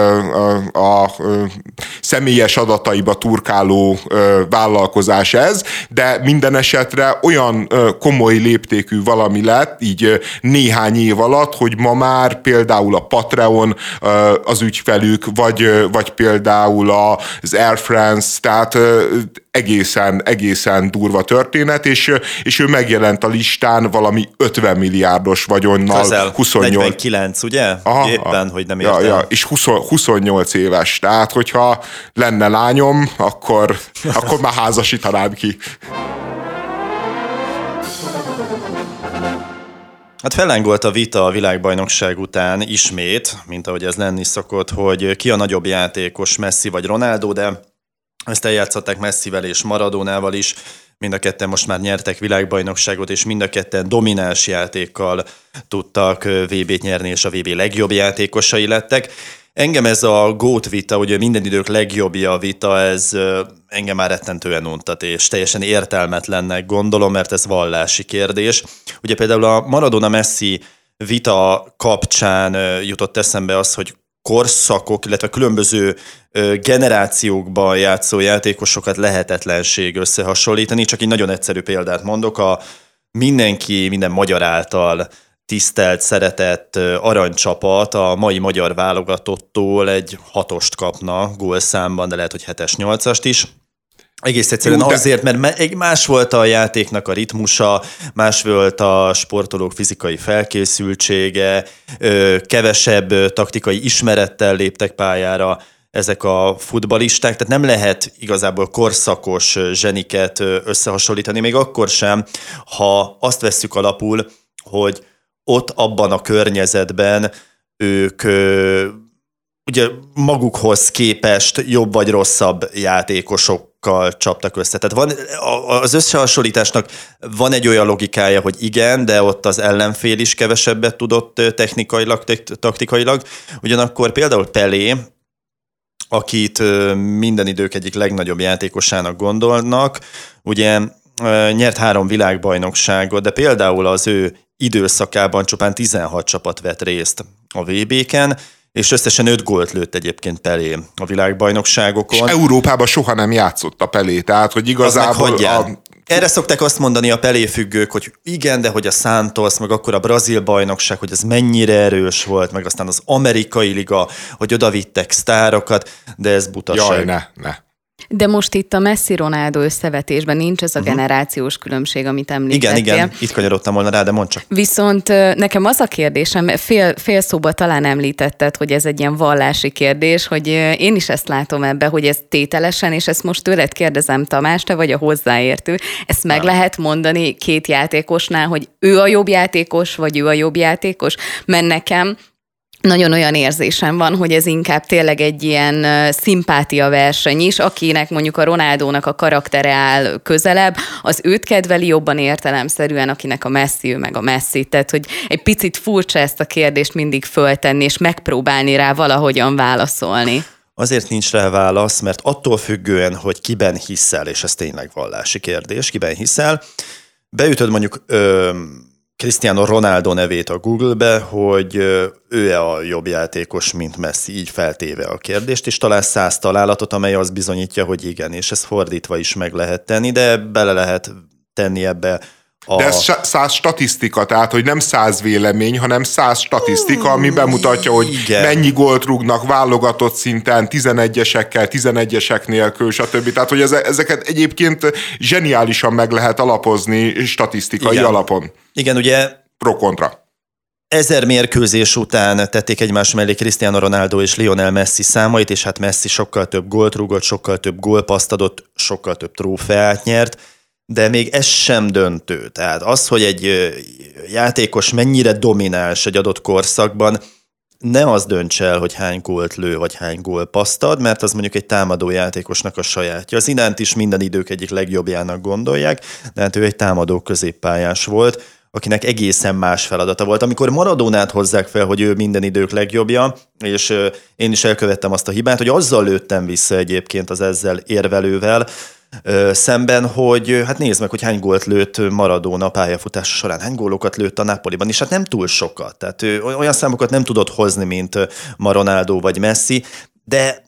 A: a személyes adataiba turkáló vállalkozás ez, de minden esetre olyan komoly léptékű valami lett, így néhány év alatt, hogy ma már például a Patreon az ügyfelük, vagy például az Air France, tehát egészen durva történet, és ő megjelent a listán valami 50 milliárdos vagyonnal.
C: Közel, 49, ugye?
A: Aha,
C: éppen, hogy nem értem.
A: Ja, és 28 éves, tehát hogyha lenne lányom, akkor már házasítanám ki.
C: Hát fellángolt a vita a világbajnokság után ismét, mint ahogy ez lenni szokott, hogy ki a nagyobb játékos, Messi vagy Ronaldo, de Ezt eljátszották Messivel és Maradónával is, mind a ketten most már nyertek világbajnokságot, és mind a ketten domináns játékkal tudtak VB-t nyerni, és a VB legjobb játékosai lettek. Engem ez a GOAT vita, ugye minden idők legjobbja vita, ez engem már rettentően untat, és teljesen értelmetlennek gondolom, mert ez vallási kérdés. Ugye például a Maradona-Messi vita kapcsán jutott eszembe az, hogy korszakok, illetve különböző generációkban játszó játékosokat lehetetlenség összehasonlítani. Csak egy nagyon egyszerű példát mondok, minden magyar által tisztelt, szeretett aranycsapat a mai magyar válogatottól egy 6-ost kapna gólszámban, de lehet, hogy 7-es, 8-ast is. Egész egyszerűen azért, mert más volt a játéknak a ritmusa, más volt a sportolók fizikai felkészültsége, kevesebb taktikai ismerettel léptek pályára ezek a futballisták, tehát nem lehet igazából korszakos zseniket összehasonlítani, még akkor sem, ha azt vesszük alapul, hogy ott abban a környezetben ők ugye magukhoz képest jobb vagy rosszabb játékosokkal csaptak össze. Tehát az összehasonlításnak van egy olyan logikája, hogy igen, de ott az ellenfél is kevesebbet tudott technikailag, taktikailag. Ugyanakkor például Pelé, akit minden idők egyik legnagyobb játékosának gondolnak, ugye nyert 3 világbajnokságot, de például az ő időszakában csupán 16 csapat vett részt a VB-ken, és összesen 5 gólt lőtt egyébként Pelé a világbajnokságokon.
A: És Európában soha nem játszott a Pelé, tehát hogy igazából...
C: Erre szokták azt mondani a Pelé függők, hogy igen, de hogy a Santos, meg akkor a brazil bajnokság, hogy ez mennyire erős volt, meg aztán az amerikai liga, hogy odavittek sztárokat, de ez butaság.
A: Jaj, ne.
B: De most itt a Messi-Ronaldo összevetésben nincs ez a generációs különbség, amit említettél.
C: Igen, itt kanyarodtam volna rá, de mondd csak.
B: Viszont nekem az a kérdésem, fél szóba talán említetted, hogy ez egy ilyen vallási kérdés, hogy én is ezt látom ebbe, hogy ez tételesen, és ezt most tőled kérdezem, Tamás, te vagy a hozzáértő, ezt meg lehet mondani 2 játékosnál, hogy ő a jobb játékos, vagy ő a jobb játékos? Mert nekem nagyon olyan érzésem van, hogy ez inkább tényleg egy ilyen szimpátia verseny is, akinek mondjuk a Ronaldónak a karaktere áll közelebb, az őt kedveli jobban értelemszerűen, akinek a Messi, ő meg a Messi. Tehát, hogy egy picit furcsa ezt a kérdést mindig föltenni, és megpróbálni rá valahogyan válaszolni.
C: Azért nincs rá válasz, mert attól függően, hogy kiben hiszel, és ez tényleg vallási kérdés, kiben hiszel, beütöd mondjuk Cristiano Ronaldo nevét a Google-be, hogy ő-e a jobb játékos, mint Messi, így feltéve a kérdést, és talán 100 találatot, amely azt bizonyítja, hogy igen, és ezt fordítva is meg lehet tenni, de bele lehet tenni ebbe
A: De ez 100 statisztika, tehát hogy nem 100 vélemény, hanem 100 statisztika, ami bemutatja, hogy igen, mennyi gólt rúgnak válogatott szinten, 11-esekkel, 11-esek nélkül, stb. Tehát, hogy ezeket egyébként zseniálisan meg lehet alapozni statisztikai alapon.
C: Igen, ugye
A: pro-kontra.
C: 1000 mérkőzés után tették egymás mellé Cristiano Ronaldo és Lionel Messi számait, és hát Messi sokkal több gólt rúgott, sokkal több gólpasszt adott, sokkal több trófeát nyert, de még ez sem döntő. Tehát az, hogy egy játékos mennyire domináns egy adott korszakban, ne az dönts el, hogy hány gólt lő, vagy hány gólpasszt ad, mert az mondjuk egy támadó játékosnak a sajátja. Az Zidánt is minden idők egyik legjobbjának gondolják, de hát ő egy támadó középpályás volt, akinek egészen más feladata volt. Amikor Maradónát hozzák fel, hogy ő minden idők legjobbja, és én is elkövettem azt a hibát, hogy azzal lőttem vissza egyébként az ezzel érvelővel, szemben, hogy hát nézd meg, hogy hány gólt lőtt Maradona pályafutása során, hány gólokat lőtt a Napoliban, és hát nem túl sokat. Tehát olyan számokat nem tudott hozni, mint Ronaldo vagy Messi, de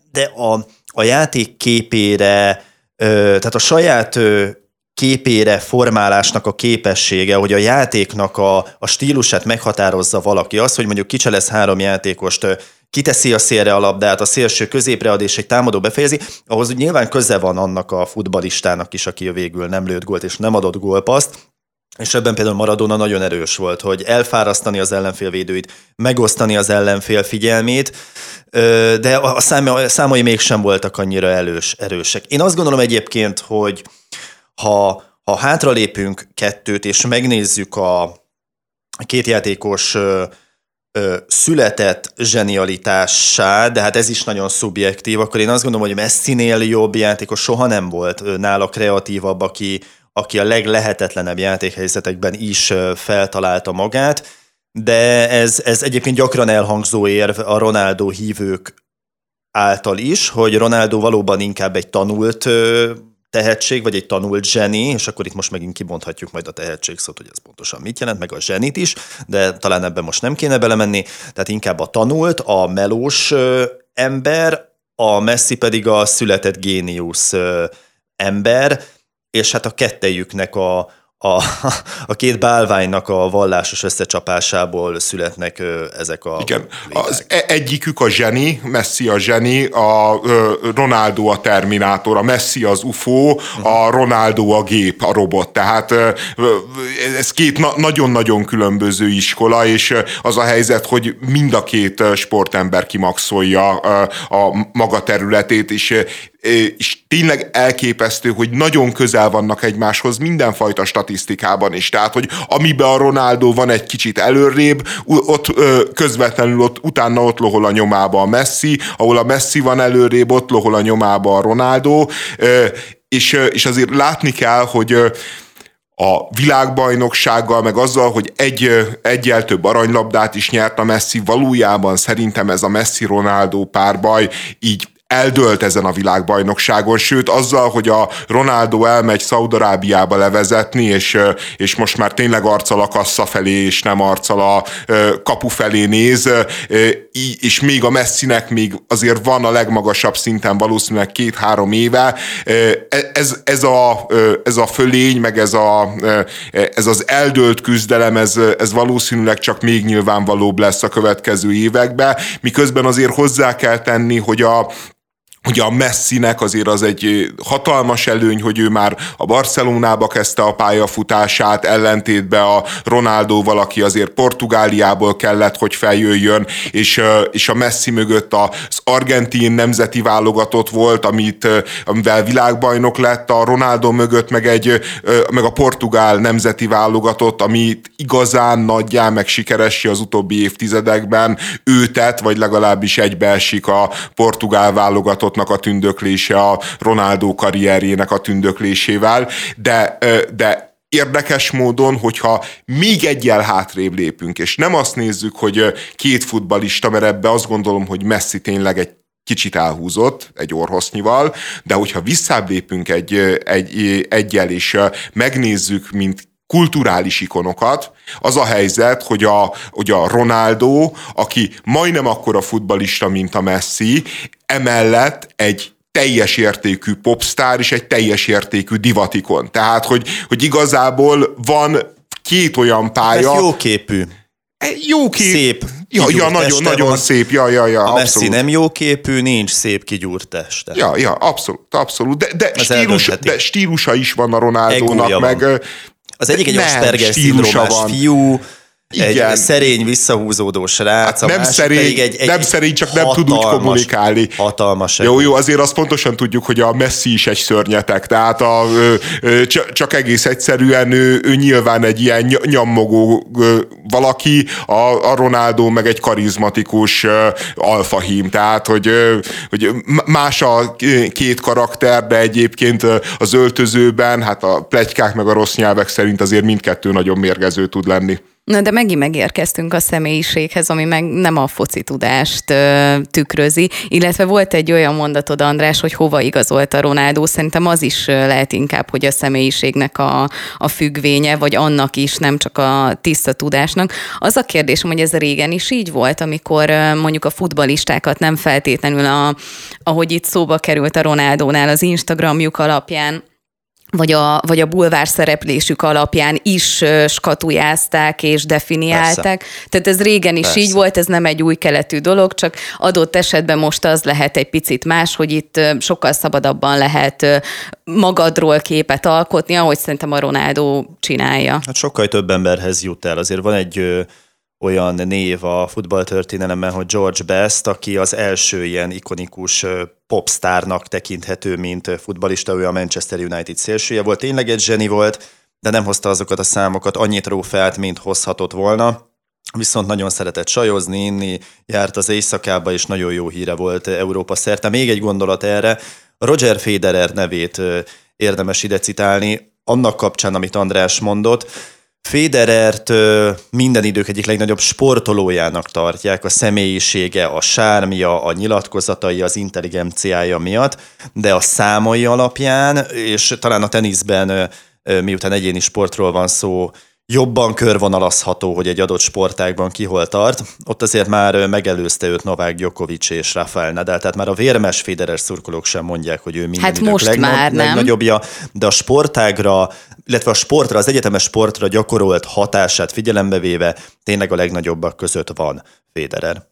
C: a játék képére, tehát a saját képére formálásnak a képessége, hogy a játéknak a stílusát meghatározza valaki. Az, hogy mondjuk kicselez 3 játékost, kiteszi a szélre a labdát, a szélső középre ad, és egy támadó befejezi, ahhoz úgy nyilván köze van annak a futballistának is, aki végül nem lőtt gólt és nem adott gólpasszt, és ebben például Maradona nagyon erős volt, hogy elfárasztani az ellenfél védőit, megosztani az ellenfél figyelmét, de a számai mégsem voltak annyira erősek. Én azt gondolom egyébként, hogy ha hátralépünk 2 és megnézzük a 2 játékos született zsenialitássá, de hát ez is nagyon szubjektív, akkor én azt gondolom, hogy Messinél jobb játékos soha nem volt, nála kreatívabb, aki a leglehetetlenebb játékhelyzetekben is feltalálta magát, de ez egyébként gyakran elhangzó érv a Ronaldo hívők által is, hogy Ronaldo valóban inkább egy tanult tehetség, vagy egy tanult zseni, és akkor itt most megint kibonthatjuk majd a tehetség szót, hogy ez pontosan mit jelent, meg a zsenit is, de talán ebben most nem kéne belemenni, tehát inkább a tanult, a melós ember, a Messi pedig a született géniusz ember, és hát a kettejüknek a két bálványnak a vallásos összecsapásából születnek ezek a...
A: Igen, az egyikük a zseni, Messi a zseni, a Ronaldo a terminátor, a Messi az UFO, a Ronaldo a gép, a robot. Tehát ez két nagyon-nagyon különböző iskola, és az a helyzet, hogy mind a két sportember kimaxolja a maga területét, és tényleg elképesztő, hogy nagyon közel vannak egymáshoz mindenfajta statisztikában is. Tehát, hogy amiben a Ronaldo van egy kicsit előrébb, ott közvetlenül utána ott lohol a nyomába a Messi, ahol a Messi van előrébb, ott lohol a nyomába a Ronaldo, és azért látni kell, hogy a világbajnoksággal, meg azzal, hogy egyel több aranylabdát is nyert a Messi, valójában szerintem ez a Messi-Ronaldo párbaj így eldőlt ezen a világbajnokságon, sőt azzal, hogy a Ronaldo elmegy Szaúd-Arábiába levezetni, és most már tényleg arccal a kassa felé, és nem arccal a kapu felé néz, és még a Messinek még azért van a legmagasabb szinten valószínűleg 2-3 éve. Ez a fölény, meg ez az eldőlt küzdelem, ez valószínűleg csak még nyilvánvalóbb lesz a következő években, miközben azért hozzá kell tenni, hogy a Messinek azért az egy hatalmas előny, hogy ő már a Barcelonába kezdte a pályafutását, ellentétben a Ronaldóval, aki azért Portugáliából kellett, hogy feljöjjön, és a Messi mögött az argentin nemzeti válogatott volt, amivel világbajnok lett, a Ronaldo mögött meg a portugál nemzeti válogatott, amit igazán nagyjá meg sikeressé az utóbbi évtizedekben ő tett, vagy legalábbis egybeesik a portugál válogatott a tündöklése a Ronaldo karrierjének a tündöklésével, de érdekes módon, hogyha még egyel hátrébb lépünk, és nem azt nézzük, hogy két futballista, mert ebbe azt gondolom, hogy Messi tényleg egy kicsit elhúzott, egy orrhossznyival, de hogyha visszább lépünk egyel, és megnézzük, mint kulturális ikonokat, az a helyzet, hogy a Ronaldo, aki majdnem akkora futballista, mint a Messi, emellett egy teljes értékű popstar és egy teljes értékű divatikon. Tehát, hogy igazából van két olyan pálya...
C: Ez jóképű.
A: Szép. Ja, nagyon szép. Ja,
C: a Messi nem jóképű, nincs szép kigyúrt teste.
A: Ja, abszolút. De stílusa is van a Ronaldónak, meg...
C: Az egyik egy Asperger-szindrómás fiú, igen. Egy szerény, visszahúzódó srác.
A: Nem szerény, csak nem tud úgy kommunikálni.
C: Hatalmas.
A: Jó, azért azt pontosan tudjuk, hogy a Messi is egy szörnyetek, tehát csak egész egyszerűen ő nyilván egy ilyen nyammogó valaki, a Ronaldo meg egy karizmatikus alfahím, tehát hogy más a két karakter, de egyébként az öltözőben, hát a pletykák meg a rossz nyelvek szerint azért mindkettő nagyon mérgező tud lenni.
B: Na, de megint megérkeztünk a személyiséghez, ami meg nem a foci tudást tükrözi, illetve volt egy olyan mondatod, András, hogy hova igazolt a Ronaldo, szerintem az is lehet inkább, hogy a személyiségnek a függvénye, vagy annak is, nem csak a tiszta tudásnak. Az a kérdésem, hogy ez régen is így volt, amikor mondjuk a futballistákat nem feltétlenül, ahogy itt szóba került a Ronaldónál, az Instagramjuk alapján, vagy a bulvár szereplésük alapján is skatujázták és definiálták. Persze. Tehát ez régen is így volt, ez nem egy új keletű dolog, csak adott esetben most az lehet egy picit más, hogy itt sokkal szabadabban lehet magadról képet alkotni, ahogy szerintem a Ronaldo csinálja.
C: Hát sokkal több emberhez jut el. Azért van egy olyan név a futballtörténelemben, hogy George Best, aki az első ilyen ikonikus popstárnak tekinthető, mint futballista, ő a Manchester United szélsője volt, tényleg egy zseni volt, de nem hozta azokat a számokat, annyi trófeát, mint hozhatott volna. viszont nagyon szeretett sajozni, inni, járt az éjszakába, és nagyon jó híre volt Európa szerte. Még egy gondolat erre, Roger Federer nevét érdemes ide citálni, annak kapcsán, amit András mondott. Federert minden idők egyik legnagyobb sportolójának tartják, a személyisége, a sármja, a nyilatkozatai, az intelligenciája miatt, de a számai alapján, és talán a teniszben, miután egyéni sportról van szó, jobban körvonalazható, hogy egy adott sportágban ki hol tart. Ott azért már megelőzte őt Novák Djokovic és Rafael Nadal, tehát már a vérmes Federer szurkolók sem mondják, hogy ő minden idők legnagyobbja, de a sportágra, illetve a sportra, az egyetemes sportra gyakorolt hatását figyelembe véve tényleg a legnagyobbak között van Federer.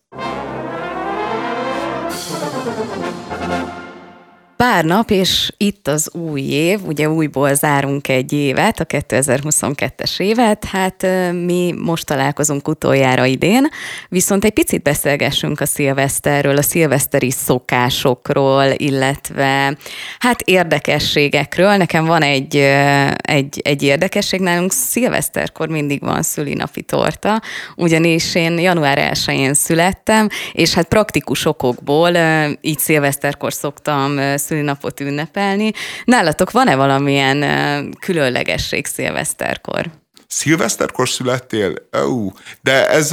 B: Pár nap, és itt az új év, ugye újból zárunk egy évet, a 2022-es évet, hát mi most találkozunk utoljára idén, viszont egy picit beszélgessünk a szilveszterről, a szilveszteri szokásokról, illetve hát érdekességekről. Nekem van egy érdekesség, nálunk szilveszterkor mindig van szülinapi torta, ugyanis én január 1-én születtem, és hát praktikus okokból így szilveszterkor szoktam szülinapot ünnepelni. Nálatok van-e valamilyen különlegesség szilveszterkor?
A: Szilveszterkor születtél? De ez...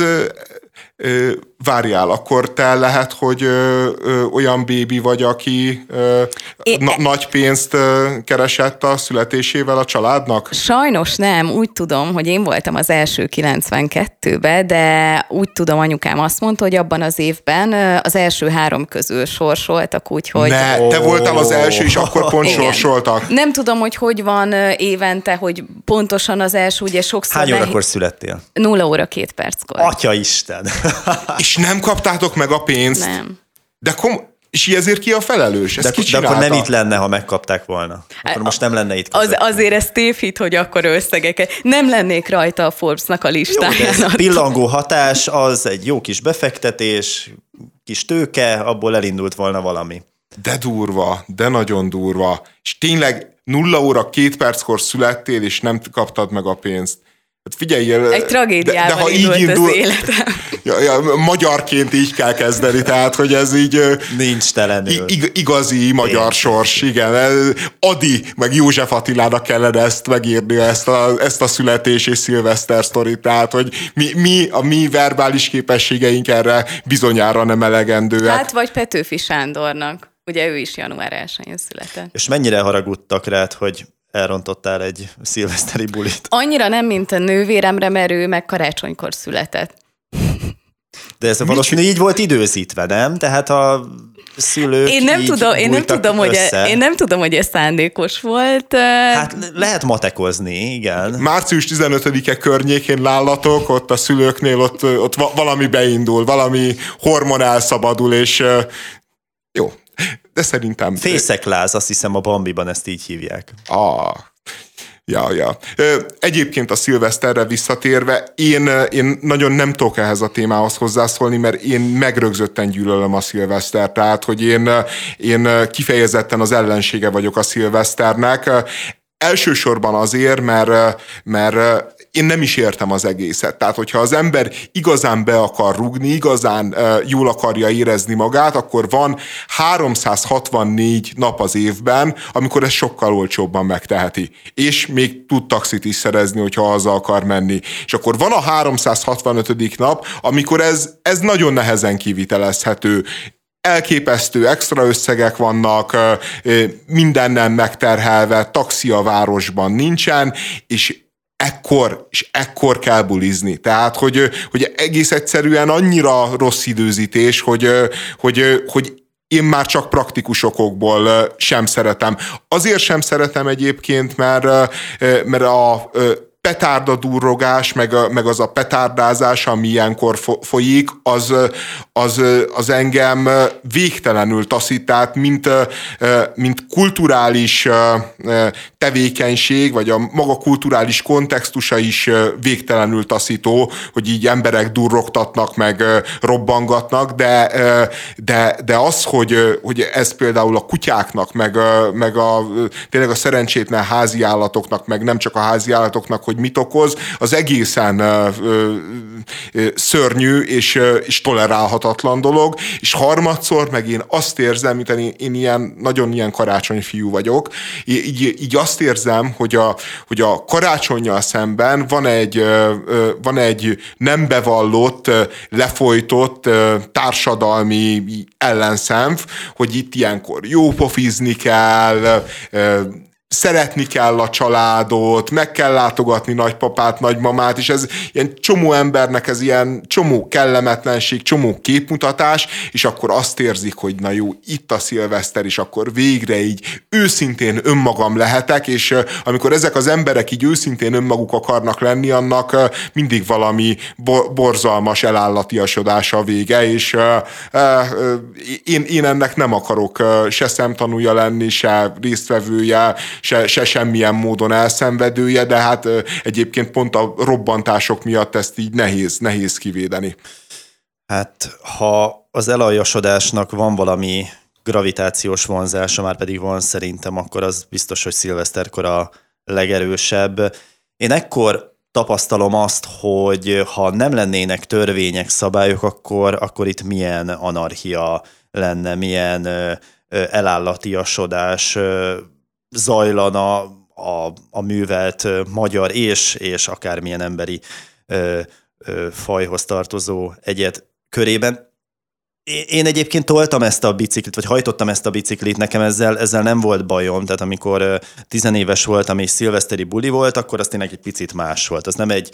A: Várjál, akkor te lehet, hogy olyan bébi vagy, aki nagy pénzt keresett a születésével a családnak?
B: Sajnos nem. Úgy tudom, hogy én voltam az első 92-ben, de úgy tudom, anyukám azt mondta, hogy abban az évben az első 3 közül sorsoltak, úgyhogy...
A: Te voltál az első, és akkor pont sorsoltak.
B: Nem tudom, hogy van évente, hogy pontosan az első, ugye sokszor...
C: Hány órakor születtél?
B: 0 óra 2 perckor.
C: Atyaisten!
A: És nem kaptátok meg a pénzt?
B: Nem.
A: És ezért ki a felelős?
C: De akkor nem itt lenne, ha megkapták volna. Akkor most nem lenne itt.
B: Azért ez tévhit, hogy akkor összegeket. Nem lennék rajta a Forbes-nak a listáján.
C: Jó, pillangó hatás, az egy jó kis befektetés, kis tőke, abból elindult volna valami.
A: De durva, de nagyon durva. És tényleg 0 óra 2 perckor születtél, és nem kaptad meg a pénzt. Figyelj,
B: egy tragédiával indult az életem.
A: Magyarként így kell kezdeni, tehát, hogy ez így...
C: Nincs telenül.
A: Igazi magyar sors, igen. Adi, meg József Attilának kellene ezt megírni, ezt a születés és szilveszter sztorit, tehát, hogy a mi verbális képességeink erre bizonyára nem elegendőek.
B: Hát, vagy Petőfi Sándornak. Ugye ő is január 1-én született.
C: És mennyire haragudtak rád, hogy elrontottál egy szilveszteri bulit?
B: Annyira nem, mint a nővéremre, mert ő meg karácsonykor született.
C: De ez valószínű így volt időzítve, nem? Tehát a szülők én
B: nem tudom, hogy ez szándékos volt.
C: Hát lehet matekozni, igen.
A: Március 15-e környékén nálatok, ott a szülőknél ott valami beindul, valami hormon elszabadul, és jó. De szerintem...
C: Fészekláz, azt hiszem a Bambiban ezt így hívják.
A: Ja. Egyébként a szilveszterre visszatérve, én nagyon nem tudok ehhez a témához hozzászólni, mert én megrögzötten gyűlölöm a szilvesztert, tehát hogy én kifejezetten az ellensége vagyok a szilveszternek. Elsősorban azért, mert én nem is értem az egészet. Tehát, hogyha az ember igazán be akar rugni, igazán jól akarja érezni magát, akkor van 364 nap az évben, amikor ezt sokkal olcsóbban megteheti. És még tud taxit is szerezni, hogyha haza akar menni. És akkor van a 365. nap, amikor ez nagyon nehezen kivitelezhető. Elképesztő extra összegek vannak, mindennel megterhelve, taxi a városban nincsen, és ekkor kell bulizni. Tehát, hogy egész egyszerűen annyira rossz időzítés, hogy én már csak praktikus okokból sem szeretem. Azért sem szeretem egyébként, mert a petárdadurrogás, meg az a petárdázás, ami ilyenkor folyik, az engem végtelenül taszít, tehát mint kulturális tevékenység, vagy a maga kulturális kontextusa is végtelenül taszító, hogy így emberek durrogtatnak, meg robbangatnak, de az, hogy ez például a kutyáknak, meg tényleg a szerencsétlen háziállatoknak, meg nem csak a háziállatoknak, hogy hogy mit okoz, az egészen szörnyű és tolerálhatatlan dolog, és harmadszor meg én azt érzem, mint én nagyon ilyen karácsonyfiú vagyok, így azt érzem, hogy a karácsonnyal szemben van egy nem bevallott, lefolytott társadalmi ellenszenv, hogy itt ilyenkor jópofizni kell, szeretni kell a családot, meg kell látogatni nagypapát, nagymamát, és ez ilyen csomó embernek ez ilyen csomó kellemetlenség, csomó képmutatás, és akkor azt érzik, hogy na jó, itt a szilveszter, és akkor végre így őszintén önmagam lehetek, és amikor ezek az emberek így őszintén önmaguk akarnak lenni, annak mindig valami borzalmas elállatiasodás a vége, és én ennek nem akarok se szemtanúja lenni, se résztvevője, se semmilyen módon elszenvedője, de hát egyébként pont a robbantások miatt ezt így nehéz kivédeni.
C: Hát, ha az elaljasodásnak van valami gravitációs vonzása, már pedig van szerintem, akkor az biztos, hogy szilveszterkor a legerősebb. Én ekkor tapasztalom azt, hogy ha nem lennének törvények, szabályok, akkor itt milyen anarchia lenne, milyen elállatiasodás zajlana a művelt magyar és akármilyen emberi fajhoz tartozó egyed körében. Én egyébként toltam ezt a biciklit, vagy hajtottam ezt a biciklit, nekem ezzel nem volt bajom, tehát amikor 10 éves voltam és szilveszteri buli volt, akkor az tényleg egy picit más volt. Az nem egy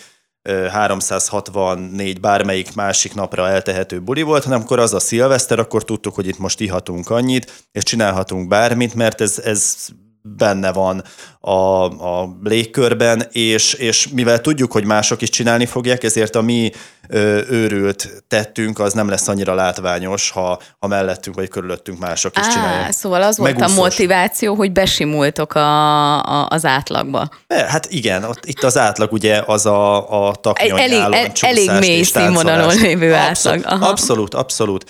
C: 364 bármelyik másik napra eltehető buli volt, hanem akkor az a szilveszter, akkor tudtuk, hogy itt most ihatunk annyit, és csinálhatunk bármit, mert ez benne van a légkörben, és mivel tudjuk, hogy mások is csinálni fogják, ezért a mi őrült tettünk, az nem lesz annyira látványos, ha mellettünk vagy körülöttünk mások is csinálják.
B: Szóval az volt a motiváció, hogy besimultok az átlagba.
C: Hát igen, itt az átlag ugye az a taknyonyálon csúszás
B: elég mély színvonalon lévő átlag.
C: Abszolút.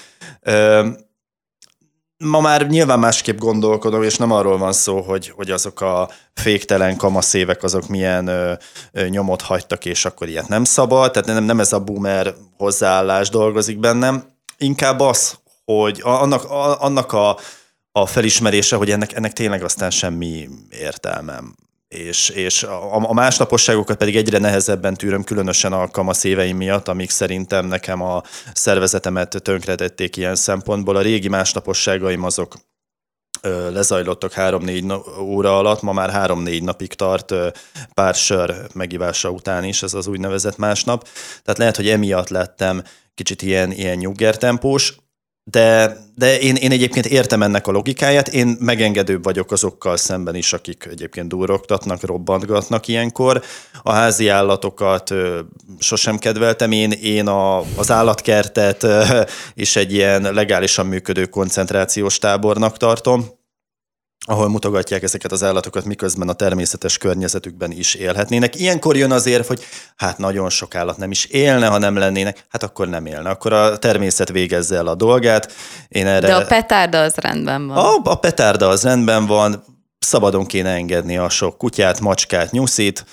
C: Ma már nyilván másképp gondolkodom, és nem arról van szó, hogy azok a féktelen kamaszévek, azok milyen nyomot hagytak, és akkor ilyet nem szabad, tehát nem ez a boomer hozzáállás dolgozik bennem, inkább az, hogy annak a felismerése, hogy ennek tényleg aztán semmi értelmem. És a másnaposságokat pedig egyre nehezebben tűröm, különösen a kamaszéveim miatt, amik szerintem nekem a szervezetemet tönkretették ilyen szempontból. A régi másnaposságaim azok lezajlottak 3-4 óra alatt, ma már 3-4 napig tart pár sör megivása után is, ez az úgynevezett másnap. Tehát lehet, hogy emiatt lettem kicsit ilyen nyuggertempós, de én egyébként értem ennek a logikáját, én megengedőbb vagyok azokkal szemben is, akik egyébként durrogtatnak, robbantgatnak ilyenkor. A házi állatokat sosem kedveltem, én az állatkertet is egy ilyen legálisan működő koncentrációs tábornak tartom, ahol mutogatják ezeket az állatokat, miközben a természetes környezetükben is élhetnének. Ilyenkor jön az érv, hogy hát nagyon sok állat nem is élne, ha nem lennének, hát akkor nem élne. Akkor a természet végezze el a dolgát. De
B: a petárda az rendben van.
C: A petárda az rendben van, szabadon kéne engedni a sok kutyát, macskát, nyuszit,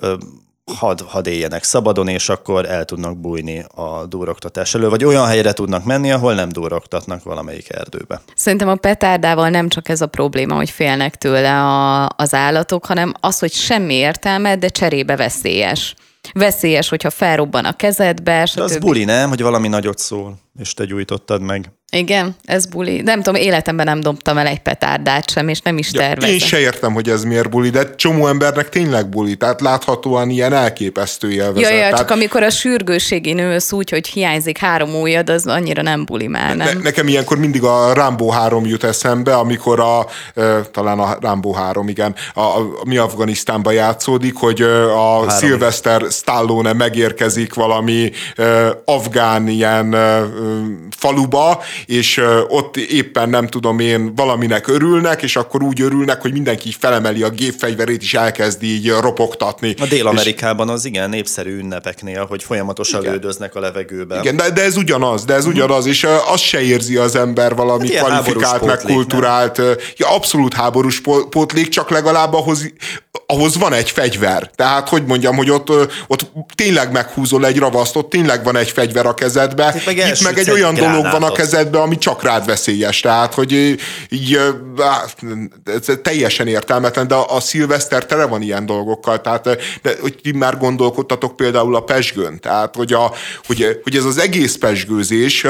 C: hadd éljenek szabadon, és akkor el tudnak bújni a durrogtatás elől, vagy olyan helyre tudnak menni, ahol nem durrogtatnak valamelyik erdőbe.
B: Szerintem a petárdával nem csak ez a probléma, hogy félnek tőle az állatok, hanem az, hogy semmi értelme, de cserébe veszélyes. Veszélyes, hogyha felrobban a kezedbe.
C: De az buli, nem? Hogy valami nagyot szól, és te gyújtottad meg.
B: Igen, ez buli. Nem tudom, életemben nem dobtam el egy petárdát sem, és nem is tervezem.
A: Én se értem, hogy ez miért buli, de csomó embernek tényleg buli, tehát láthatóan ilyen elképesztő élvezet.
B: Ja, csak amikor a sürgősségén ülsz úgy, hogy hiányzik 3 ujjad, az annyira nem buli már, nem?
A: Nekem ilyenkor mindig a Rambo 3 jut eszembe, amikor talán a Rambo 3, igen, mi Afganisztánban játszódik, hogy a Sylvester Stallone megérkezik valami afgán ilyen faluba, és ott éppen nem tudom én valaminek örülnek, és akkor úgy örülnek, hogy mindenki felemeli a gépfegyverét, és elkezdi így ropogtatni.
C: A Dél-Amerikában az igen népszerű ünnepeknél, hogy folyamatosan lődöznek a lődöznek a levegőben.
A: Igen, de ez ugyanaz, és azt se érzi az ember valami hát kvalifikált, meg kulturált, abszolút háborús pótlék, csak legalább ahhoz van egy fegyver. Tehát, hogy mondjam, hogy ott tényleg meghúzol egy ravaszt, ott tényleg van egy fegyver a kezedbe, itt meg egy olyan dolog van a kezedbe, ami csak rád veszélyes. Tehát, hogy így teljesen értelmetlen, de a szilveszter tele van ilyen dolgokkal. Tehát, de, hogy ti már gondolkodtatok például a pezsgőn. Tehát, hogy ez az egész pezsgőzés,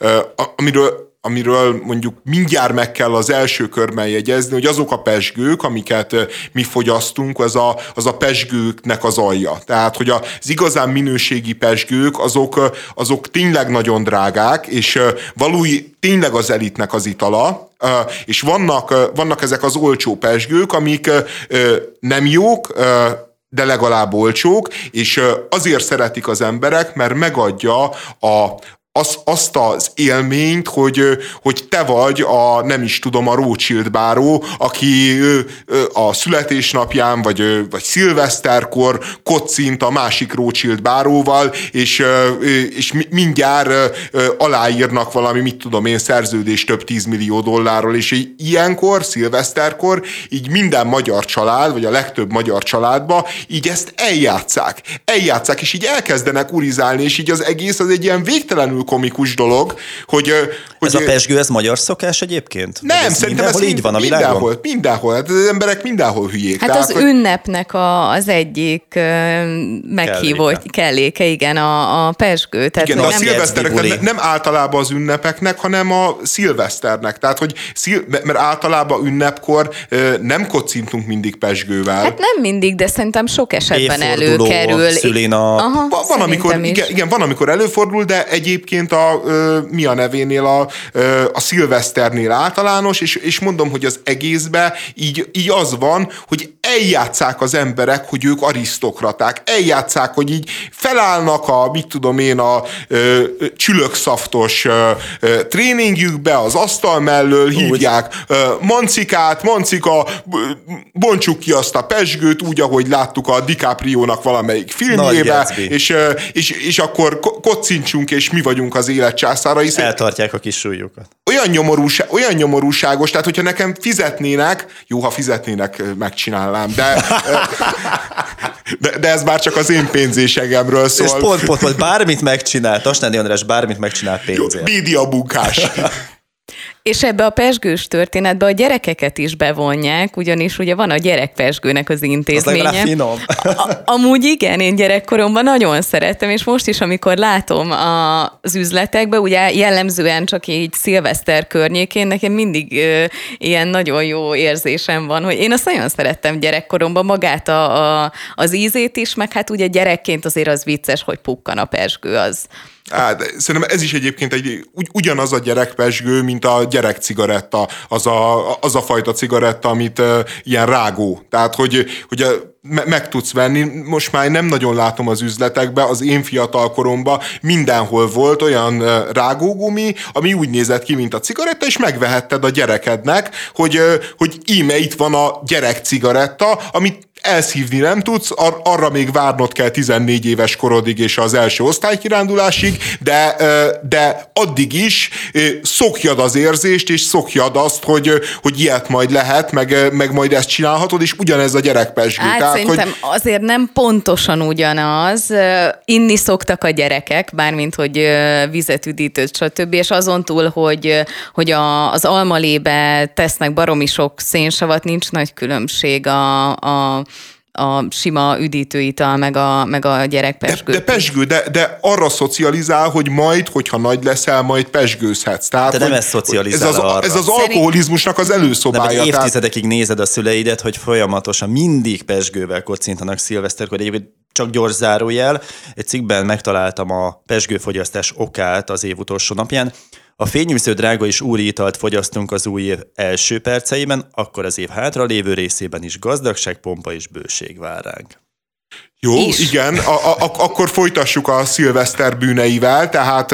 A: amiről mondjuk mindjárt meg kell az első körben jegyezni, hogy azok a pezsgők, amiket mi fogyasztunk, az a pezsgőknek az alja. Tehát, hogy az igazán minőségi pezsgők, azok tényleg nagyon drágák, és tényleg az elitnek az itala, és vannak ezek az olcsó pezsgők, amik nem jók, de legalább olcsók, és azért szeretik az emberek, mert megadja azt az élményt, hogy te vagy nem is tudom, a Rothschild báró, aki a születésnapján, vagy szilveszterkor kocint a másik Rothschild báróval, és mindjárt aláírnak valami, mit tudom én, szerződést több 10 millió dollárról, és ilyenkor, szilveszterkor így minden magyar család, vagy a legtöbb magyar családba így ezt eljátszák, és így elkezdenek urizálni, és így az egész az egy ilyen végtelenül komikus dolog, hogy
C: ez a pezsgő, ez magyar szokás egyébként?
A: Nem, szerintem ez
C: így van a világon?
A: Mindenhol. Hát az emberek mindenhol hülyék.
B: Hát tehát, az ünnepnek az egyik meghívó kelléke, igen, a pezsgő. Tehát
A: igen, a szilveszternek nem általában az ünnepeknek, hanem a szilveszternek. Tehát, hogy mert általában ünnepkor nem kocintunk mindig pezsgővel.
B: Hát nem mindig, de szerintem sok esetben előkerül.
A: Van, amikor előfordul, de egyébként mi a nevénél a szilveszternél általános, és mondom, hogy az egészben így az van, hogy eljátszák az emberek, hogy ők arisztokraták, eljátszák, hogy így felállnak a csülökszaftos tréningjükbe az asztal mellől, hívják Mancika, bontsuk ki azt a pezsgőt, úgy, ahogy láttuk a DiCaprio-nak valamelyik filmjébe, és akkor kocincsunk, és mi vagyunk az élet császárai.
C: Eltartják a kis súlyukat.
A: Olyan nyomorúságos, tehát hogyha nekem fizetnének, jó, ha fizetnének, megcsinálnám, de ez már csak az én pénzésegemről szól.
C: És pont, bármit megcsinál, Tasnádi András bármit megcsinál pénzért.
A: Médiabunkás.
B: És ebbe a pezsgős történetbe a gyerekeket is bevonják, ugyanis ugye van a gyerekpezsgőnek az intézménye.
C: Az finom.
B: Amúgy igen, én gyerekkoromban nagyon szerettem, és most is, amikor látom az üzletekbe, ugye jellemzően csak így szilveszter környékén, nekem mindig ilyen nagyon jó érzésem van, hogy én azt nagyon szerettem gyerekkoromban, magát az ízét is, meg hát ugye gyerekként azért az vicces, hogy pukkan a pezsgő, az...
A: Szerintem ez is egyébként ugyanaz a gyerekpezsgő, mint a gyerekcigaretta, az a fajta cigaretta, amit ilyen rágó. Tehát, hogy meg tudsz venni. Most már nem nagyon látom az üzletekbe, az én fiatal koromban mindenhol volt olyan rágógumi, ami úgy nézett ki, mint a cigaretta, és megvehetted a gyerekednek, hogy íme itt van a gyerekcigaretta, amit elszívni nem tudsz, arra még várnod kell 14 éves korodig és az első osztálykirándulásig, de addig is szokjad az érzést, és szokjad azt, hogy ilyet majd lehet, meg majd ezt csinálhatod, és ugyanez a gyerekpezsgő.
B: Hát szerintem azért nem pontosan ugyanaz. Inni szoktak a gyerekek, bármint, hogy vizet, üdítőt, stb. És azon túl, hogy az almalébe tesznek baromi sok szénsavat, nincs nagy különbség a sima üdítőital, meg a gyerekpezsgő.
A: De pezsgő, de arra szocializál, hogy majd, hogyha nagy leszel, majd pezsgőzhetsz. Tehát,
C: de nem ez szocializál arra.
A: Ez az alkoholizmusnak az előszobája.
C: De évtizedekig nézed a szüleidet, hogy folyamatosan mindig pezsgővel kocintanak szilveszterkor. Egyébként csak gyors zárójel. Egy cikkben megtaláltam a pezsgőfogyasztás okát az év utolsó napján. A fényűző drága és úri italt fogyasztunk az új év első perceiben, akkor az év hátra lévő részében is gazdagság, pompa és bőség vár ránk.
A: Jó, igen, akkor folytassuk a szilveszter bűneivel, tehát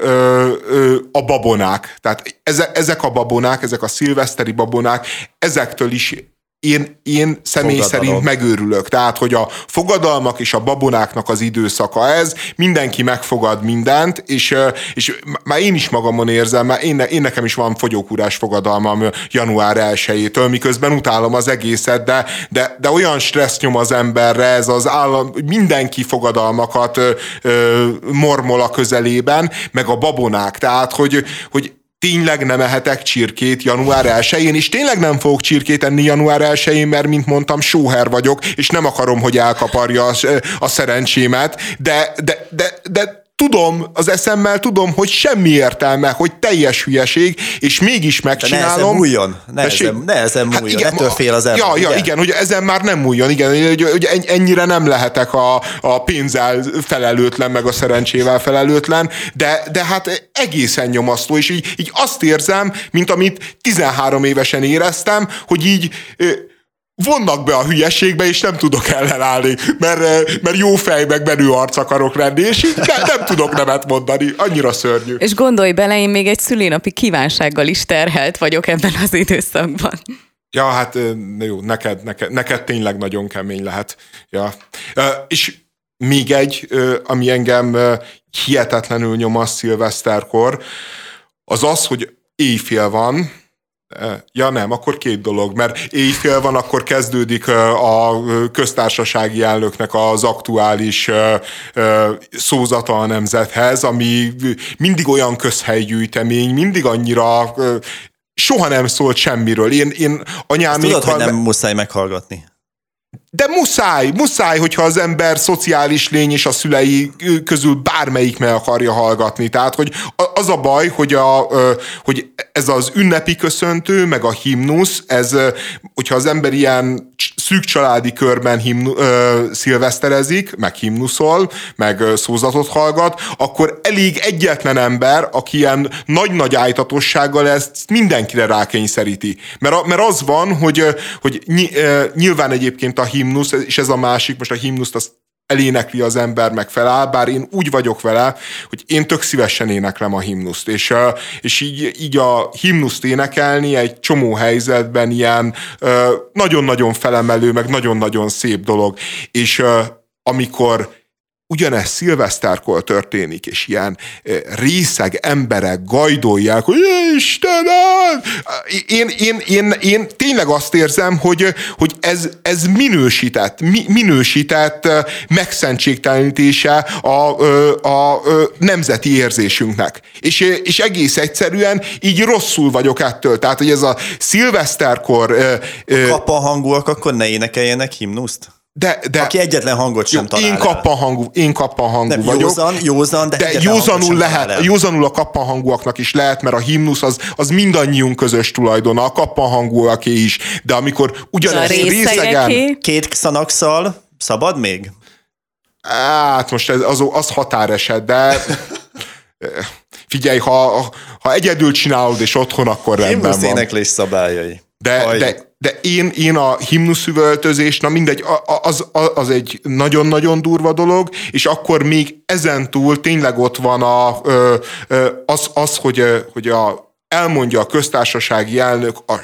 A: a babonák. Tehát ezek a babonák, ezek a szilveszteri babonák, ezektől is én személy szerint megőrülök. Tehát, hogy a fogadalmak és a babonáknak az időszaka ez, mindenki megfogad mindent, és már én is magamon érzem, mert én nekem is van fogyókúrás fogadalmam január 1-től, miközben utálom az egészet, de olyan stressz nyom az emberre, ez az állam, mindenki fogadalmakat mormol a közelében, meg a babonák. Tehát, hogy tényleg nem ehetek csirkét január 1-én, és tényleg nem fogok csirkét enni január 1-én, mert, mint mondtam, sóher vagyok, és nem akarom, hogy elkaparja a szerencsémet, de tudom, az eszemmel tudom, hogy semmi értelme, hogy teljes hülyeség, és mégis megcsinálom.
C: Nehezen múljon, hát ettől fél az ember.
A: Ja, igen, hogy ezen már nem múljon, igen, hogy ennyire nem lehetek a pénzzel felelőtlen, meg a szerencsével felelőtlen, de hát egészen nyomasztó, és így azt érzem, mint amit 13 évesen éreztem, hogy így vonnak be a hülyeségbe, és nem tudok ellenállni, mert jó fej, meg menő arc akarok lenni, és nem tudok nemet mondani. Annyira szörnyű.
B: És gondolj bele, én még egy szülinapi kívánsággal is terhelt vagyok ebben az időszakban.
A: Ja, hát jó, neked tényleg nagyon kemény lehet. Ja. És még egy, ami engem hihetetlenül nyomaszt szilveszterkor, az, hogy éjfél van. Ja nem, akkor két dolog, mert éjfél van, akkor kezdődik a köztársasági elnöknek az aktuális szózata a nemzethez, ami mindig olyan közhelygyűjtemény, mindig annyira soha nem szólt semmiről. Én anyám még...
C: Tudod, hogy nem muszáj meghallgatni.
A: De muszáj, hogyha az ember szociális lény, és a szülei közül bármelyik meg akarja hallgatni. Tehát, hogy az a baj, hogy ez az ünnepi köszöntő, meg a himnusz, ez, hogyha az ember ilyen szűk családi körben szilveszterezik, meg himnuszol, meg szózatot hallgat, akkor elég egyetlen ember, aki ilyen nagy-nagy ájtatossággal ezt mindenkire rákényszeríti. Mert az van, hogy nyilván egyébként a himnusz, és ez a másik, most a himnuszt azt elénekli az ember, meg feláll, bár én úgy vagyok vele, hogy én tök szívesen éneklem a himnuszt, és így a himnuszt énekelni egy csomó helyzetben ilyen nagyon-nagyon felemelő, meg nagyon-nagyon szép dolog. És amikor ugyanez szilveszterkor történik, és ilyen részeg emberek gajdolják, hogy Istenem! Én tényleg azt érzem, hogy ez minősített megszentségtelenítése a nemzeti érzésünknek. És egész egyszerűen így rosszul vagyok ettől. Tehát, hogy ez a szilveszterkor...
C: Kappanhangúak, akkor ne énekeljenek himnuszt?
A: De
C: aki egyetlen hangot sem talál
A: én kappanhangú vagyok.
C: Józan, de
A: józanul a kappanhangúaknak is lehet, mert a himnusz az mindannyiunk közös tulajdona, a kappanhangúaké is. De amikor ugyanez részegen...
C: Két Xanax-szal szabad még?
A: Hát most az határeset, de... Figyelj, ha egyedül csinálod és otthon, akkor rendben van.
C: Himnusz éneklés szabályai.
A: De én a himnuszüvöltözés, na mindegy, az egy nagyon-nagyon durva dolog, és akkor még ezentúl tényleg ott van hogy elmondja a köztársasági elnök a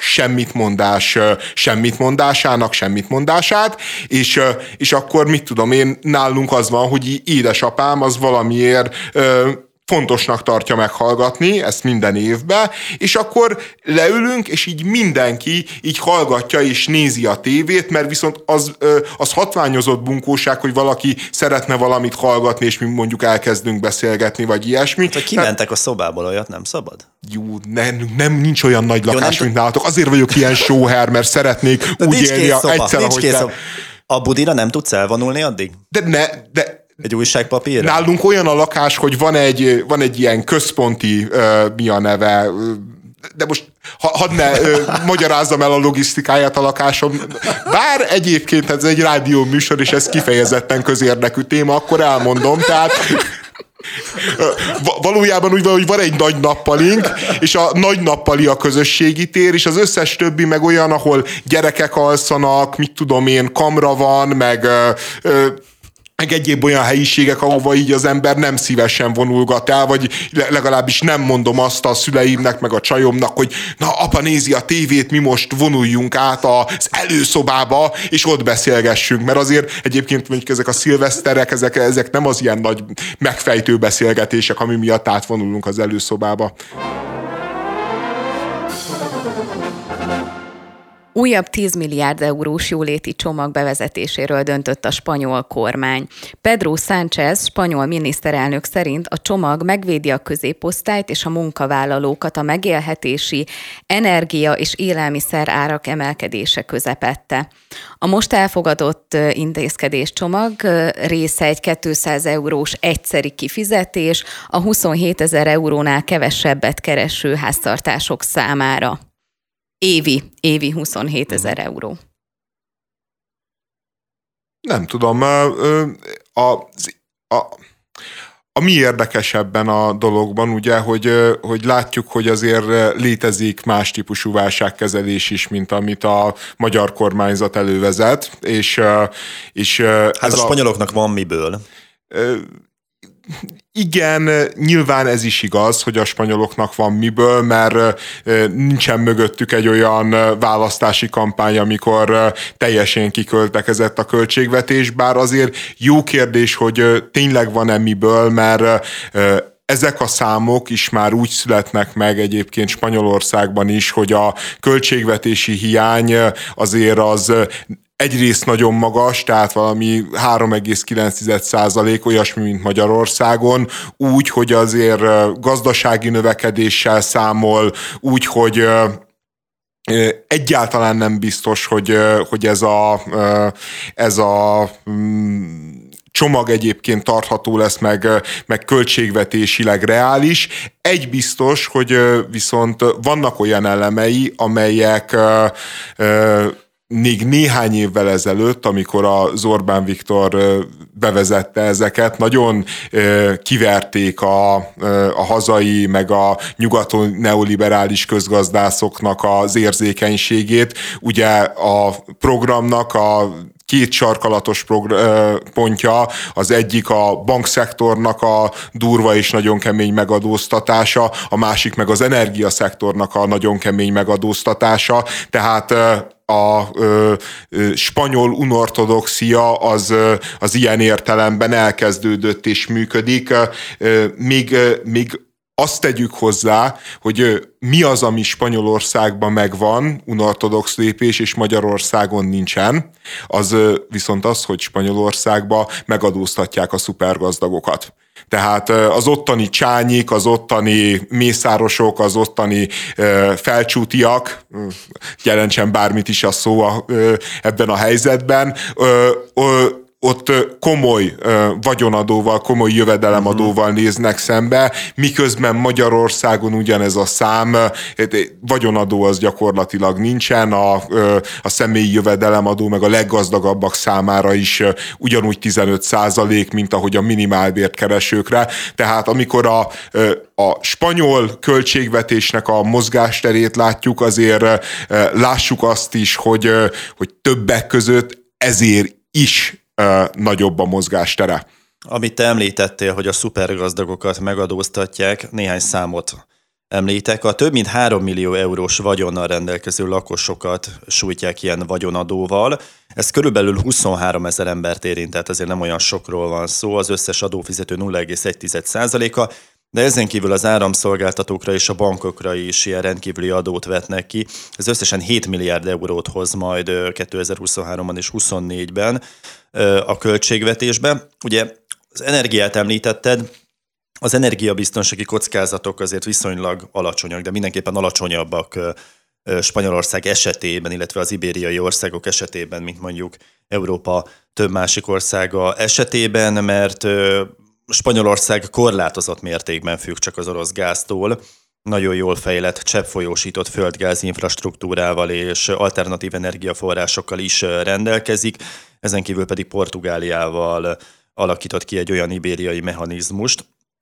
A: semmitmondását, és akkor mit tudom én, nálunk az van, hogy édesapám az valamiért... fontosnak tartja meghallgatni, ezt minden évben, és akkor leülünk, és így mindenki így hallgatja és nézi a tévét, mert viszont az hatványozott bunkóság, hogy valaki szeretne valamit hallgatni, és mi mondjuk elkezdünk beszélgetni, vagy ilyesmi.
C: Hát, kimentek a szobából, olyat nem szabad?
A: Jó, nincs olyan nagy lakás, mint nálatok. Azért vagyok ilyen sóher, mert szeretnék úgy élni egyszer, ahogy te.
C: A budira nem tudsz elvonulni addig?
A: De
C: egy újságpapírra?
A: Nálunk olyan a lakás, hogy van egy ilyen központi, mi a neve, de most hadd ne magyarázzam el a logisztikáját a lakásom. Bár egyébként ez egy rádió műsor, és ez kifejezetten közérdekű téma, akkor elmondom. Tehát Valójában úgy van, hogy van egy nagy nappalink, és a nagy nappali a közösségi tér, és az összes többi meg olyan, ahol gyerekek alszanak, mit tudom én, kamra van, meg egyéb olyan helyiségek, ahova így az ember nem szívesen vonulgat el, vagy legalábbis nem mondom azt a szüleimnek, meg a csajomnak, hogy na, apa nézi a tévét, mi most vonuljunk át az előszobába, és ott beszélgessünk, mert azért egyébként mondjuk ezek a szilveszterek, ezek nem az ilyen nagy megfejtő beszélgetések, ami miatt átvonulunk az előszobába.
B: Újabb 10 milliárd eurós jóléti csomag bevezetéséről döntött a spanyol kormány. Pedro Sánchez, spanyol miniszterelnök szerint a csomag megvédi a középosztályt és a munkavállalókat a megélhetési, energia és élelmiszer árak emelkedése közepette. A most elfogadott intézkedéscsomag része egy 200 eurós egyszeri kifizetés a 27 000 eurónál kevesebbet kereső háztartások számára. Évi 27 000 euró.
A: Nem tudom, ami érdekes ebben a dologban, ugye, hogy látjuk, hogy azért létezik más típusú válságkezelés is, mint amit a magyar kormányzat elővezet, és
C: hát a spanyoloknak van miből.
A: Igen, nyilván ez is igaz, hogy a spanyoloknak van miből, mert nincsen mögöttük egy olyan választási kampány, amikor teljesen kiköltekezett a költségvetés, bár azért jó kérdés, hogy tényleg van-e miből, mert ezek a számok is már úgy születnek meg egyébként Spanyolországban is, hogy a költségvetési hiány azért az egyrészt nagyon magas, tehát valami 3,9%, olyasmi, mint Magyarországon, úgy, hogy azért gazdasági növekedéssel számol, úgy, hogy egyáltalán nem biztos, hogy ez a csomag egyébként tartható lesz, meg költségvetésileg reális. Egy biztos, hogy viszont vannak olyan elemei, amelyek még néhány évvel ezelőtt, amikor az Orbán Viktor bevezette ezeket, nagyon kiverték a hazai, meg a nyugaton neoliberális közgazdászoknak az érzékenységét. Ugye a programnak a két sarkalatos pontja, az egyik a bankszektornak a durva és nagyon kemény megadóztatása, a másik meg az energiaszektornak a nagyon kemény megadóztatása, tehát a spanyol unortodoxia az ilyen értelemben elkezdődött és működik. Még azt tegyük hozzá, hogy mi az, ami Spanyolországban megvan, unortodox lépés, és Magyarországon nincsen, az viszont az, hogy Spanyolországban megadóztatják a szupergazdagokat. Tehát az ottani csányik, az ottani mészárosok, az ottani felcsútiak, jelentsen bármit is a szó ebben a helyzetben, ott komoly vagyonadóval, komoly jövedelemadóval néznek szembe, miközben Magyarországon ugyanez a szám, vagyonadó az gyakorlatilag nincsen, a személyi jövedelemadó meg a leggazdagabbak számára is ugyanúgy 15%, mint ahogy a minimálbért keresőkre. Tehát amikor a spanyol költségvetésnek a mozgásterét látjuk, azért lássuk azt is, hogy többek között ezért is nagyobb a mozgástere.
C: Amit te említettél, hogy a szupergazdagokat megadóztatják, néhány számot említek. A több mint 3 millió eurós vagyonnal rendelkező lakosokat sújtják ilyen vagyonadóval. Ez körülbelül 23 000 embert érint, tehát azért nem olyan sokról van szó. Az összes adófizető 0,1%-a, de ezen kívül az áramszolgáltatókra és a bankokra is ilyen rendkívüli adót vetnek ki. Ez összesen 7 milliárd eurót hoz majd 2023-ban és 2024-ben a költségvetésben. Ugye az energiát említetted, az energiabiztonsági kockázatok azért viszonylag alacsonyak, de mindenképpen alacsonyabbak Spanyolország esetében, illetve az ibériai országok esetében, mint mondjuk Európa több másik országa esetében, mert Spanyolország korlátozott mértékben függ csak az orosz gáztól, nagyon jól fejlett cseppfolyósított földgáz infrastruktúrával és alternatív energiaforrásokkal is rendelkezik, ezen kívül pedig Portugáliával alakított ki egy olyan ibériai mechanizmust,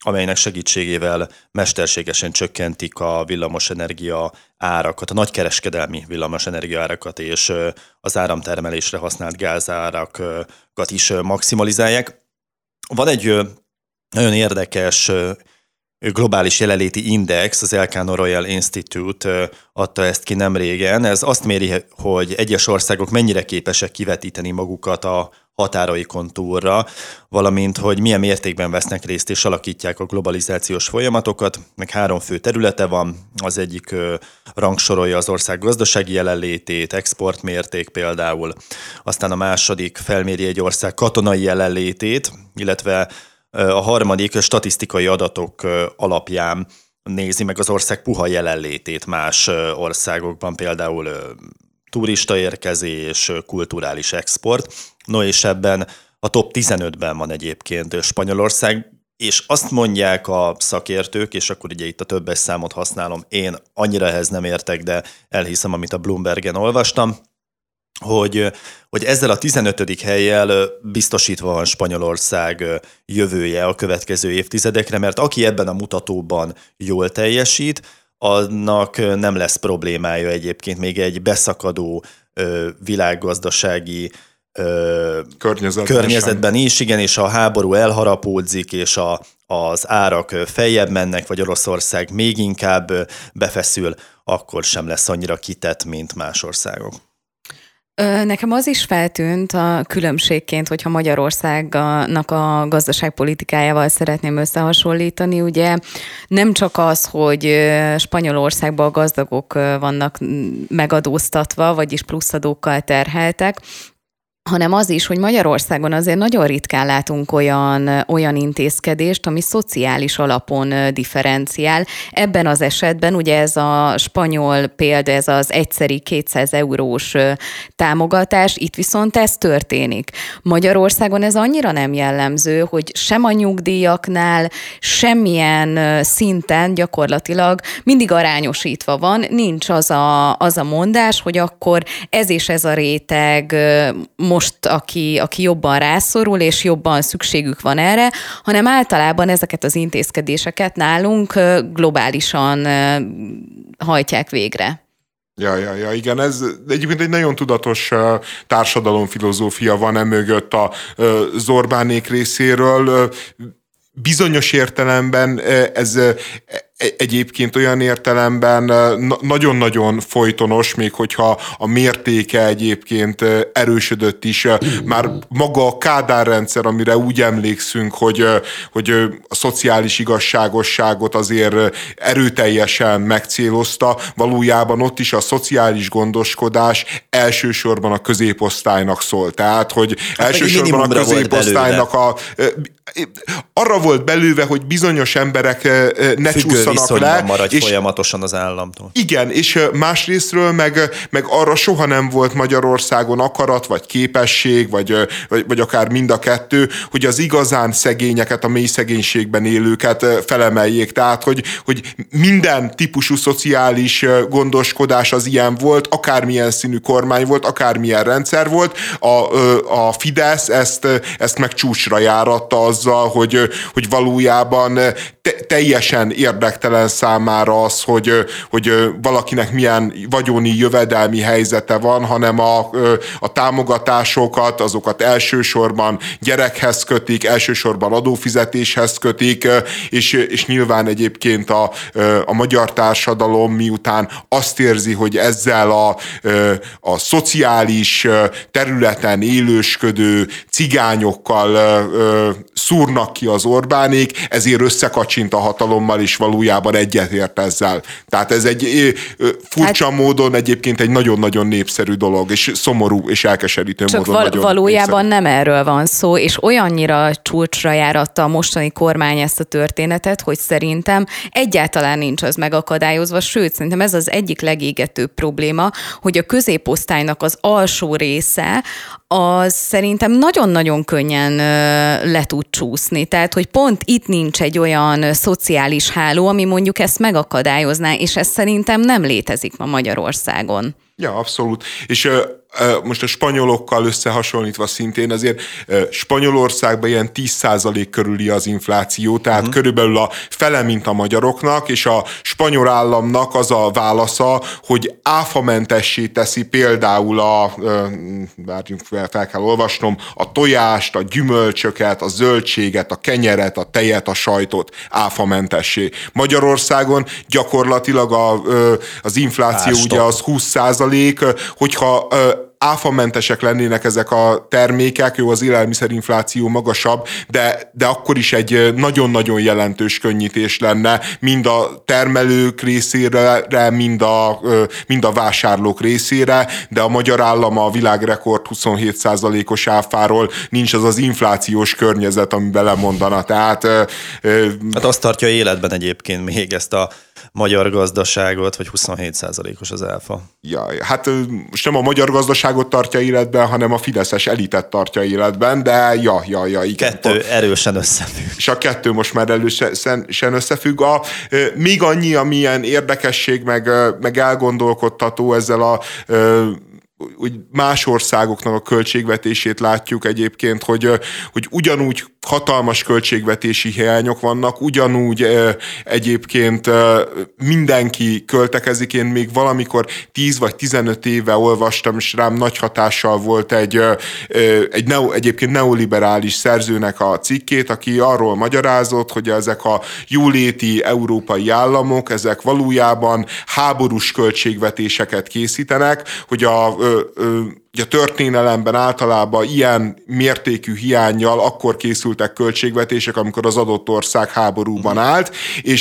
C: amelynek segítségével mesterségesen csökkentik a villamosenergia árakat, a nagykereskedelmi villamosenergia árakat és az áramtermelésre használt gázárakat is maximalizálják. Van egy nagyon érdekes globális jelenléti index, az Elcano Royal Institute adta ezt ki nemrégen. Ez azt méri, hogy egyes országok mennyire képesek kivetíteni magukat a határaikon túlra, valamint, hogy milyen mértékben vesznek részt és alakítják a globalizációs folyamatokat. Meg 3 fő területe van, az egyik rangsorolja az ország gazdasági jelenlétét, exportmérték például, aztán a második felméri egy ország katonai jelenlétét, illetve a harmadik statisztikai adatok alapján nézi meg az ország puha jelenlétét más országokban, például turistaérkezés, kulturális export. No, és ebben a top 15-ben van egyébként Spanyolország, és azt mondják a szakértők, és akkor ugye itt a többes számot használom, én annyira ehhez nem értek, de elhiszem, amit a Bloombergen olvastam, hogy ezzel a 15. hellyel biztosítva van Spanyolország jövője a következő évtizedekre, mert aki ebben a mutatóban jól teljesít, annak nem lesz problémája egyébként még egy beszakadó világgazdasági környezetben is, igen, és a háború elharapódzik, és az árak feljebb mennek, vagy Oroszország még inkább befeszül, akkor sem lesz annyira kitett, mint más országok.
B: Nekem az is feltűnt a különbségként, hogyha Magyarországnak a gazdaságpolitikájával szeretném összehasonlítani, ugye nem csak az, hogy Spanyolországban a gazdagok vannak megadóztatva, vagyis pluszadókkal terheltek, hanem az is, hogy Magyarországon azért nagyon ritkán látunk olyan intézkedést, ami szociális alapon differenciál. Ebben az esetben ugye ez a spanyol példa, ez az egyszeri 200 eurós támogatás, itt viszont ez történik. Magyarországon ez annyira nem jellemző, hogy sem a nyugdíjaknál, semmilyen szinten gyakorlatilag mindig arányosítva van, nincs az a mondás, hogy akkor ez és ez a réteg most, aki jobban rászorul, és jobban szükségük van erre, hanem általában ezeket az intézkedéseket nálunk globálilan hajtják végre.
A: Ja, igen, ez egyébként egy nagyon tudatos társadalomfilozófia van emögött az Orbánék részéről. Bizonyos értelemben ez egyébként olyan értelemben nagyon-nagyon folytonos, még hogyha a mértéke egyébként erősödött is. Már maga a Kádár rendszer, amire úgy emlékszünk, hogy a szociális igazságosságot azért erőteljesen megcélozta, valójában ott is a szociális gondoskodás elsősorban a középosztálynak szól. Tehát, hogy elsősorban a középosztálynak arra volt belőve, hogy bizonyos emberek ne csúszanak le.
C: Maradj folyamatosan az államtól.
A: Igen, és másrésztről meg arra soha nem volt Magyarországon akarat, vagy képesség, vagy akár mind a kettő, hogy az igazán szegényeket, a mély szegénységben élőket felemeljék. Tehát, hogy minden típusú szociális gondoskodás az ilyen volt, akármilyen színű kormány volt, akármilyen rendszer volt. A Fidesz ezt meg csúcsra járatta azzal, hogy valójában teljesen érdektelen számára az, hogy valakinek milyen vagyoni, jövedelmi helyzete van, hanem a támogatásokat, azokat elsősorban gyerekhez kötik, elsősorban adófizetéshez kötik, és nyilván egyébként a magyar társadalom miután azt érzi, hogy ezzel a szociális területen élősködő cigányokkal szúrnak ki az Orbánék, ezért összekacsint a hatalommal, és valójában egyetért ezzel. Tehát ez egy furcsa módon egyébként egy nagyon-nagyon népszerű dolog, és szomorú és elkeserítő módon nagyon
B: valójában
A: népszerű.
B: nem erről van szó, és olyannyira csúcsra járatta a mostani kormány ezt a történetet, hogy szerintem egyáltalán nincs az megakadályozva, sőt, szerintem ez az egyik legégetőbb probléma, hogy a középosztálynak az alsó része az szerintem nagyon-nagyon könnyen le tud csúszni. Tehát, hogy pont itt nincs egy olyan szociális háló, ami mondjuk ezt megakadályozná, és ez szerintem nem létezik ma Magyarországon.
A: Ja, abszolút. És most a spanyolokkal összehasonlítva szintén azért Spanyolországban ilyen 10% körüli az infláció, tehát körülbelül a fele, mint a magyaroknak, és a spanyol államnak az a válasza, hogy áfamentessé teszi például várjunk fel kell olvasnom, a tojást, a gyümölcsöket, a zöldséget, a kenyeret, a tejet, a sajtot áfamentessé. Magyarországon gyakorlatilag az infláció ugye az 20%, hogyha áfamentesek lennének ezek a termékek, jó, az élelmiszerinfláció magasabb, de akkor is egy nagyon-nagyon jelentős könnyítés lenne mind a termelők részére, mind a vásárlók részére, de a magyar állam a világrekord 27%-os áfáról nincs az inflációs környezet, ami belemondana. Tehát
C: hát azt tartja életben egyébként még ezt a magyar gazdaságot, vagy 27%-os az áfa.
A: Ja, hát most nem a magyar gazdaságot tartja életben, hanem a fideszes elitet tartja életben, de igen.
C: Kettő erősen összefügg.
A: És a kettő most már erősen összefügg. Még annyi, amilyen érdekesség, meg elgondolkodtató ezzel úgy más országoknak a költségvetését látjuk egyébként, hogy ugyanúgy hatalmas költségvetési hiányok vannak, ugyanúgy egyébként mindenki költekezik. Én még valamikor 10 vagy 15 éve olvastam, és rám nagy hatással volt egyébként neoliberális szerzőnek a cikkét, aki arról magyarázott, hogy ezek a jóléti európai államok, ezek valójában háborús költségvetéseket készítenek, hogy a történelemben általában ilyen mértékű hiánnyal akkor készültek költségvetések, amikor az adott ország háborúban állt,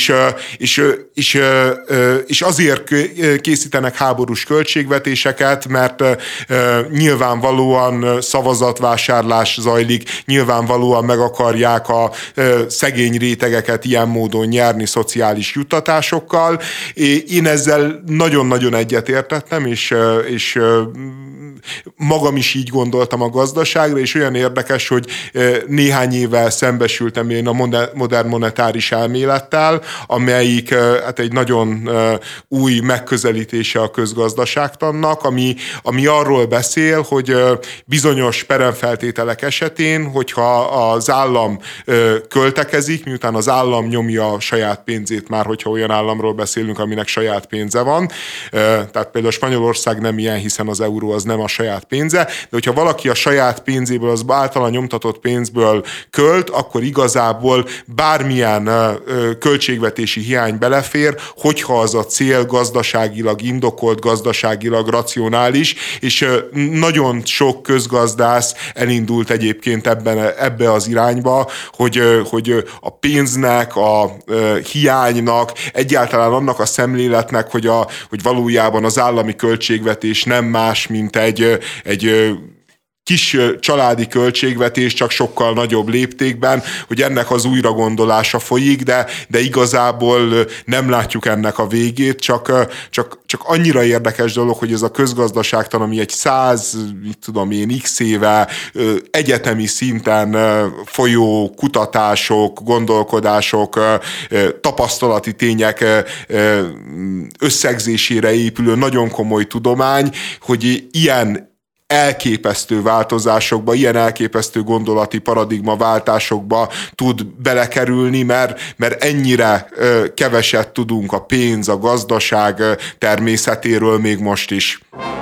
A: és azért készítenek háborús költségvetéseket, mert nyilvánvalóan szavazatvásárlás zajlik, nyilvánvalóan meg akarják a szegény rétegeket ilyen módon nyerni szociális juttatásokkal. Én ezzel nagyon-nagyon egyetértettem, és magam is így gondoltam a gazdaságra, és olyan érdekes, hogy néhány éve szembesültem én a modern monetáris elmélettel, amelyik hát egy nagyon új megközelítése a közgazdaságtannak, ami arról beszél, hogy bizonyos peremfeltételek esetén, hogyha az állam költekezik, miután az állam nyomja a saját pénzét, már hogyha olyan államról beszélünk, aminek saját pénze van, tehát például Spanyolország nem ilyen, hiszen az euró az nem a saját pénze, de hogyha valaki a saját pénzéből, az általa nyomtatott pénzből költ, akkor igazából bármilyen költségvetési hiány belefér, hogyha az a cél gazdaságilag indokolt, gazdaságilag racionális, és nagyon sok közgazdász elindult egyébként ebbe az irányba, hogy a pénznek, a hiánynak, egyáltalán annak a szemléletnek, hogy valójában az állami költségvetés nem más, mint egy kis családi költségvetés, csak sokkal nagyobb léptékben, hogy ennek az újragondolása folyik, de igazából nem látjuk ennek a végét, csak annyira érdekes dolog, hogy ez a közgazdaságtan, ami egy 100, x éve egyetemi szinten folyó kutatások, gondolkodások, tapasztalati tények összegzésére épülő nagyon komoly tudomány, hogy ilyen elképesztő változásokba, ilyen elképesztő gondolati paradigmaváltásokba tud belekerülni, mert ennyire keveset tudunk a pénz, a gazdaság természetéről még most is.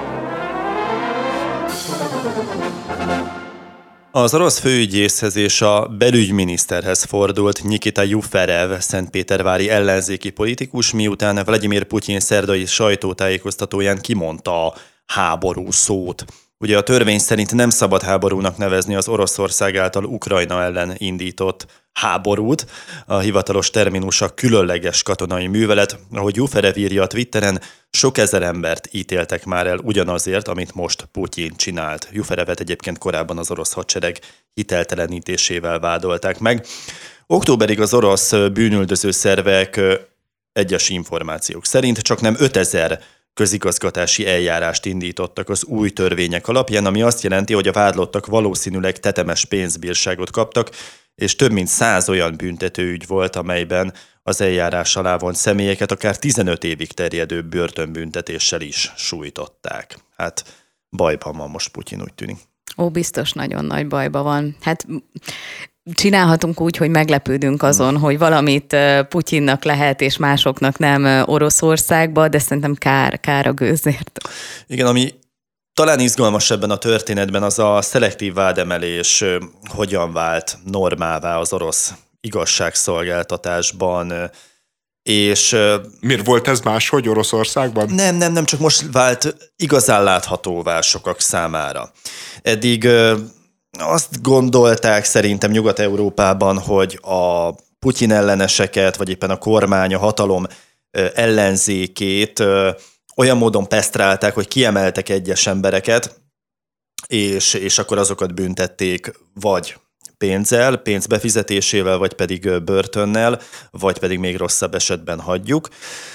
C: Az orosz főügyészhez és a belügyminiszterhez fordult Nikita Juferev, szentpétervári ellenzéki politikus, miután Vladimir Putyin szerdai sajtótájékoztatóján kimondta a háború szót. Ugye a törvény szerint nem szabad háborúnak nevezni az Oroszország által Ukrajna ellen indított háborút. A hivatalos terminus a különleges katonai művelet. Ahogy Juferev írja a Twitteren, sok ezer embert ítéltek már el ugyanazért, amit most Putyin csinált. Juferevet egyébként korábban az orosz hadsereg hiteltelenítésével vádolták meg. Októberig az orosz bűnüldöző szervek egyes információk szerint csaknem 5000 közigazgatási eljárást indítottak az új törvények alapján, ami azt jelenti, hogy a vádlottak valószínűleg tetemes pénzbírságot kaptak, és több mint 100 olyan büntetőügy volt, amelyben az eljárás alá vont személyeket akár 15 évig terjedő börtönbüntetéssel is sújtották. Hát bajban van most Putyin, úgy tűnik.
B: Biztos nagyon nagy bajban van. Hát csinálhatunk úgy, hogy meglepődünk azon, hogy valamit Putyinnak lehet, és másoknak nem Oroszországba, de szerintem kár a gőzért.
C: Igen, ami talán izgalmas ebben a történetben, az a szelektív vádemelés hogyan vált normává az orosz igazságszolgáltatásban, és...
A: Miért volt ez máshogy Oroszországban?
C: Nem, csak most vált igazán láthatóvá sokak számára. Eddig azt gondolták szerintem Nyugat-Európában, hogy a Putyin elleneseket, vagy éppen a kormány, a hatalom ellenzékét olyan módon pesztrálták, hogy kiemeltek egyes embereket, és akkor azokat büntették vagy pénzzel, pénz befizetésével, vagy pedig börtönnel, vagy pedig még rosszabb esetben hagyjuk.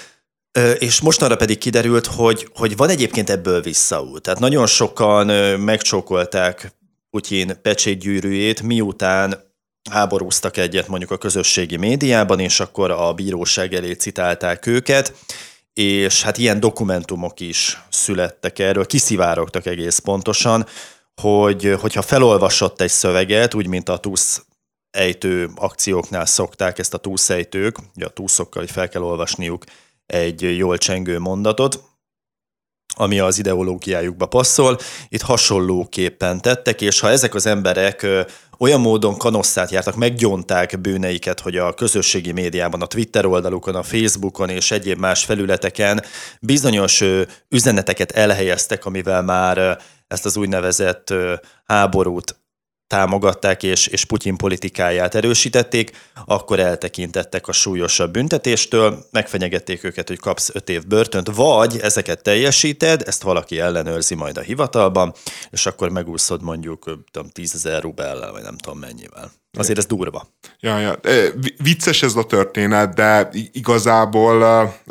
C: És mostanra pedig kiderült, hogy van egyébként ebből visszaút. Tehát nagyon sokan megcsókolták Putyin pecsétgyűrűjét, miután háborúztak egyet mondjuk a közösségi médiában, és akkor a bíróság elé citálták őket, és hát ilyen dokumentumok is születtek erről, kiszivárogtak egész pontosan, hogyha felolvasott egy szöveget, úgy, mint a túszejtő akcióknál szokták ezt a túszejtők, ugye a túszokkal, hogy fel kell olvasniuk egy jól csengő mondatot, ami az ideológiájukba passzol. Itt hasonlóképpen tettek, és ha ezek az emberek olyan módon kanosszát jártak, meggyónták bűneiket, hogy a közösségi médiában, a Twitter oldalukon, a Facebookon és egyéb más felületeken bizonyos üzeneteket elhelyeztek, amivel már ezt az úgynevezett háborút támogatták, és Putyin politikáját erősítették, akkor eltekintettek a súlyosabb büntetéstől, megfenyegették őket, hogy kapsz 5 év börtönt, vagy ezeket teljesíted, ezt valaki ellenőrzi majd a hivatalban, és akkor megúszod mondjuk 10 000 rubellel, vagy nem tudom mennyivel. Azért ez durva.
A: Ja. Vicces ez a történet, de igazából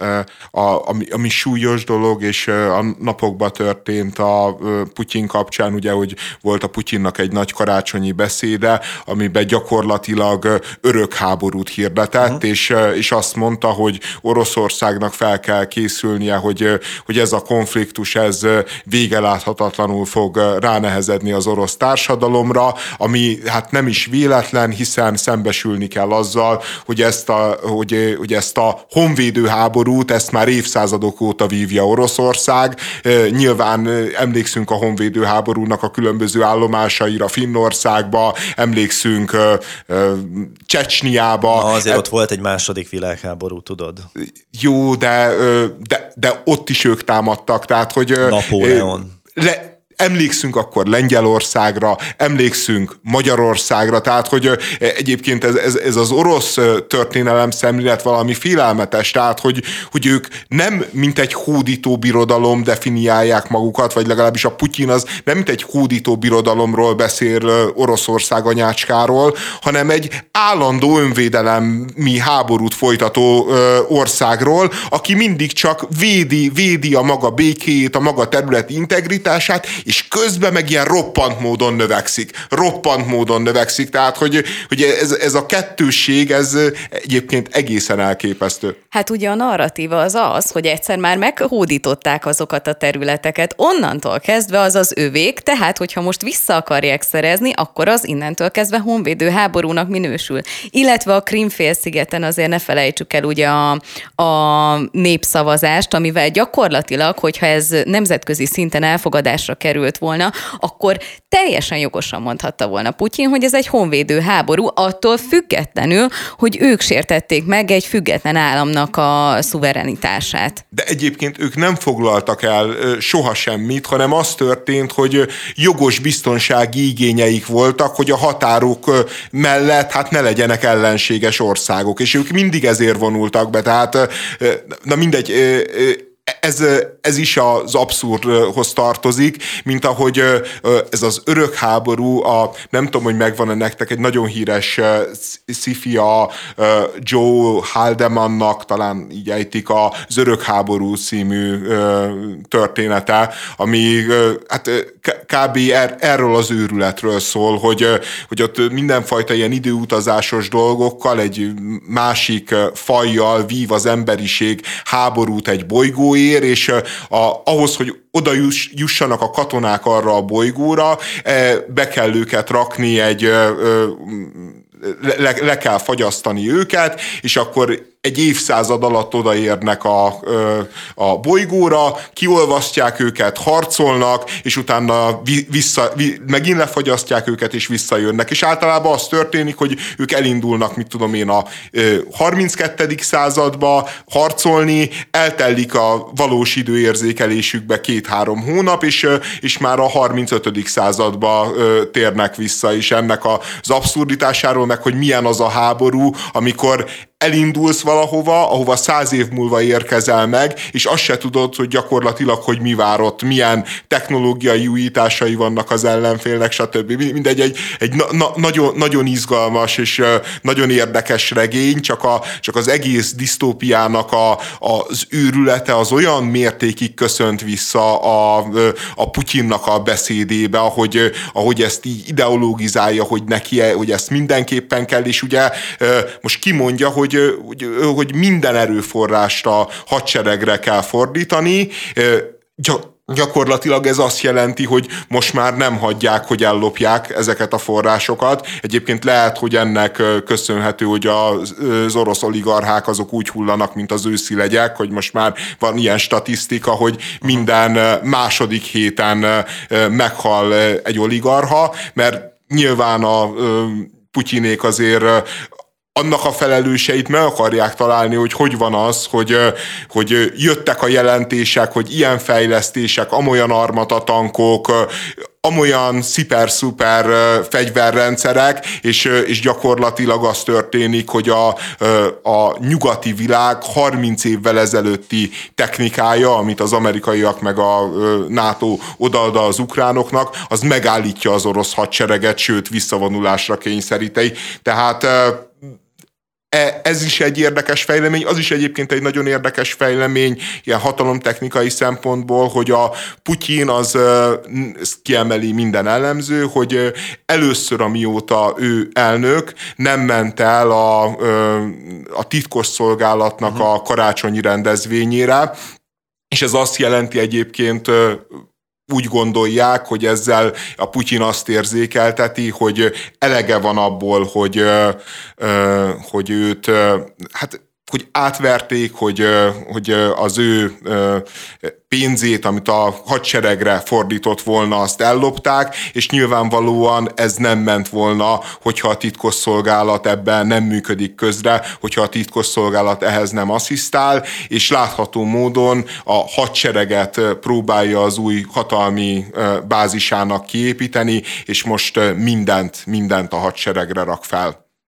A: ami súlyos dolog, és a napokban történt a Putyin kapcsán, ugye, hogy volt a Putyinnak egy nagy karácsonyi beszéde, amiben gyakorlatilag örök háborút hirdetett, és azt mondta, hogy Oroszországnak fel kell készülnie, hogy ez a konfliktus, ez végeláthatatlanul fog ránehezedni az orosz társadalomra, ami hát nem is véletlen, hiszen szembesülni kell azzal, hogy ezt a honvédő háborút, ezt már évszázadok óta vívja Oroszország. Nyilván emlékszünk a honvédő háborúnak a különböző állomásaira Finnországba, emlékszünk Csecsniába.
C: Azért ott volt egy második világháború, tudod?
A: Jó, de ott is ők támadtak, tehát hogy...
C: Napóleon.
A: Emlékszünk akkor Lengyelországra, emlékszünk Magyarországra, tehát hogy egyébként ez az orosz történelem szemlélet valami félelmetes, tehát hogy ők nem mint egy hódító birodalom definiálják magukat, vagy legalábbis a Putyin az nem mint egy hódító birodalomról beszél Oroszország anyácskáról, hanem egy állandó önvédelemi háborút folytató országról, aki mindig csak védi a maga békéjét, a maga területi integritását, és közben meg ilyen roppant módon növekszik, tehát hogy ez a kettősség, ez egyébként egészen elképesztő.
B: Hát ugye a narratíva az, hogy egyszer már meghódították azokat a területeket, onnantól kezdve az övék, tehát hogyha most vissza akarják szerezni, akkor az innentől kezdve honvédő háborúnak minősül. Illetve a Krím-félszigeten azért ne felejtsük el ugye a népszavazást, amivel gyakorlatilag, hogyha ez nemzetközi szinten elfogadásra került volna, akkor teljesen jogosan mondhatta volna Putyin, hogy ez egy honvédő háború, attól függetlenül, hogy ők sértették meg egy független államnak a szuverenitását.
A: De egyébként ők nem foglaltak el soha semmit, hanem az történt, hogy jogos biztonsági igényeik voltak, hogy a határok mellett hát ne legyenek ellenséges országok, és ők mindig ezért vonultak be, tehát na mindegy, ez is az abszurdhoz tartozik, mint ahogy ez az örök háború, nem tudom, hogy megvan-e nektek, egy nagyon híres sci-fi, a Joe Haldemannak, talán így ejtik, az Örök háború című története, ami hát kb. Erről az őrületről szól, hogy ott mindenfajta ilyen időutazásos dolgokkal egy másik fajjal vív az emberiség háborút egy bolygóért, és ahhoz, hogy oda jussanak a katonák arra a bolygóra, be kell őket rakni le kell fagyasztani őket, és akkor egy évszázad alatt odaérnek a bolygóra, kiolvasztják őket, harcolnak, és utána megint lefagyasztják őket, és visszajönnek. És általában az történik, hogy ők elindulnak, mit tudom én, a 32. századba harcolni, eltelik a valós időérzékelésükbe 2-3 hónap, és már a 35. századba térnek vissza, és ennek az abszurditásáról, meg hogy milyen az a háború, amikor elindulsz valahova, ahova 100 év múlva érkezel meg, és azt se tudod, hogy gyakorlatilag, hogy mi vár ott, milyen technológiai újításai vannak az ellenfélnek, stb. Mindegy, egy nagyon, nagyon izgalmas és nagyon érdekes regény, csak az egész disztópiának az őrülete az olyan mértékig köszönt vissza a Putyinnak a beszédébe, ahogy ezt így ideologizálja, hogy ezt mindenképpen kell, és ugye most kimondja, hogy minden erőforrást a hadseregre kell fordítani. Gyakorlatilag ez azt jelenti, hogy most már nem hagyják, hogy ellopják ezeket a forrásokat. Egyébként lehet, hogy ennek köszönhető, hogy az orosz oligarchák azok úgy hullanak, mint az őszi legyek, hogy most már van ilyen statisztika, hogy minden második héten meghal egy oligarcha, mert nyilván a Putyinék azért annak a felelőseit meg akarják találni, hogy van az, hogy jöttek a jelentések, hogy ilyen fejlesztések, amolyan armatatankok, amolyan szuper fegyverrendszerek, és gyakorlatilag az történik, hogy a nyugati világ 30 évvel ezelőtti technikája, amit az amerikaiak meg a NATO odaad az ukránoknak, az megállítja az orosz hadsereget, sőt visszavonulásra kényszeríti. Tehát ez is egy érdekes fejlemény, az is egyébként egy nagyon érdekes fejlemény ilyen hatalomtechnikai szempontból, hogy a Putyin ezt kiemeli minden elemző, hogy először, amióta ő elnök, nem ment el a titkosszolgálatnak a karácsonyi rendezvényére, és ez azt jelenti egyébként, úgy gondolják, hogy ezzel a Putyin azt érzékelteti, hogy elege van abból, hogy őt, hogy átverték, hogy az ő pénzét, amit a hadseregre fordított volna, azt ellopták, és nyilvánvalóan ez nem ment volna, hogyha a titkosszolgálat ebben nem működik közre, hogyha a titkosszolgálat ehhez nem asszisztál, és látható módon a hadsereget próbálja az új hatalmi bázisának kiépíteni, és most mindent a hadseregre rak fel.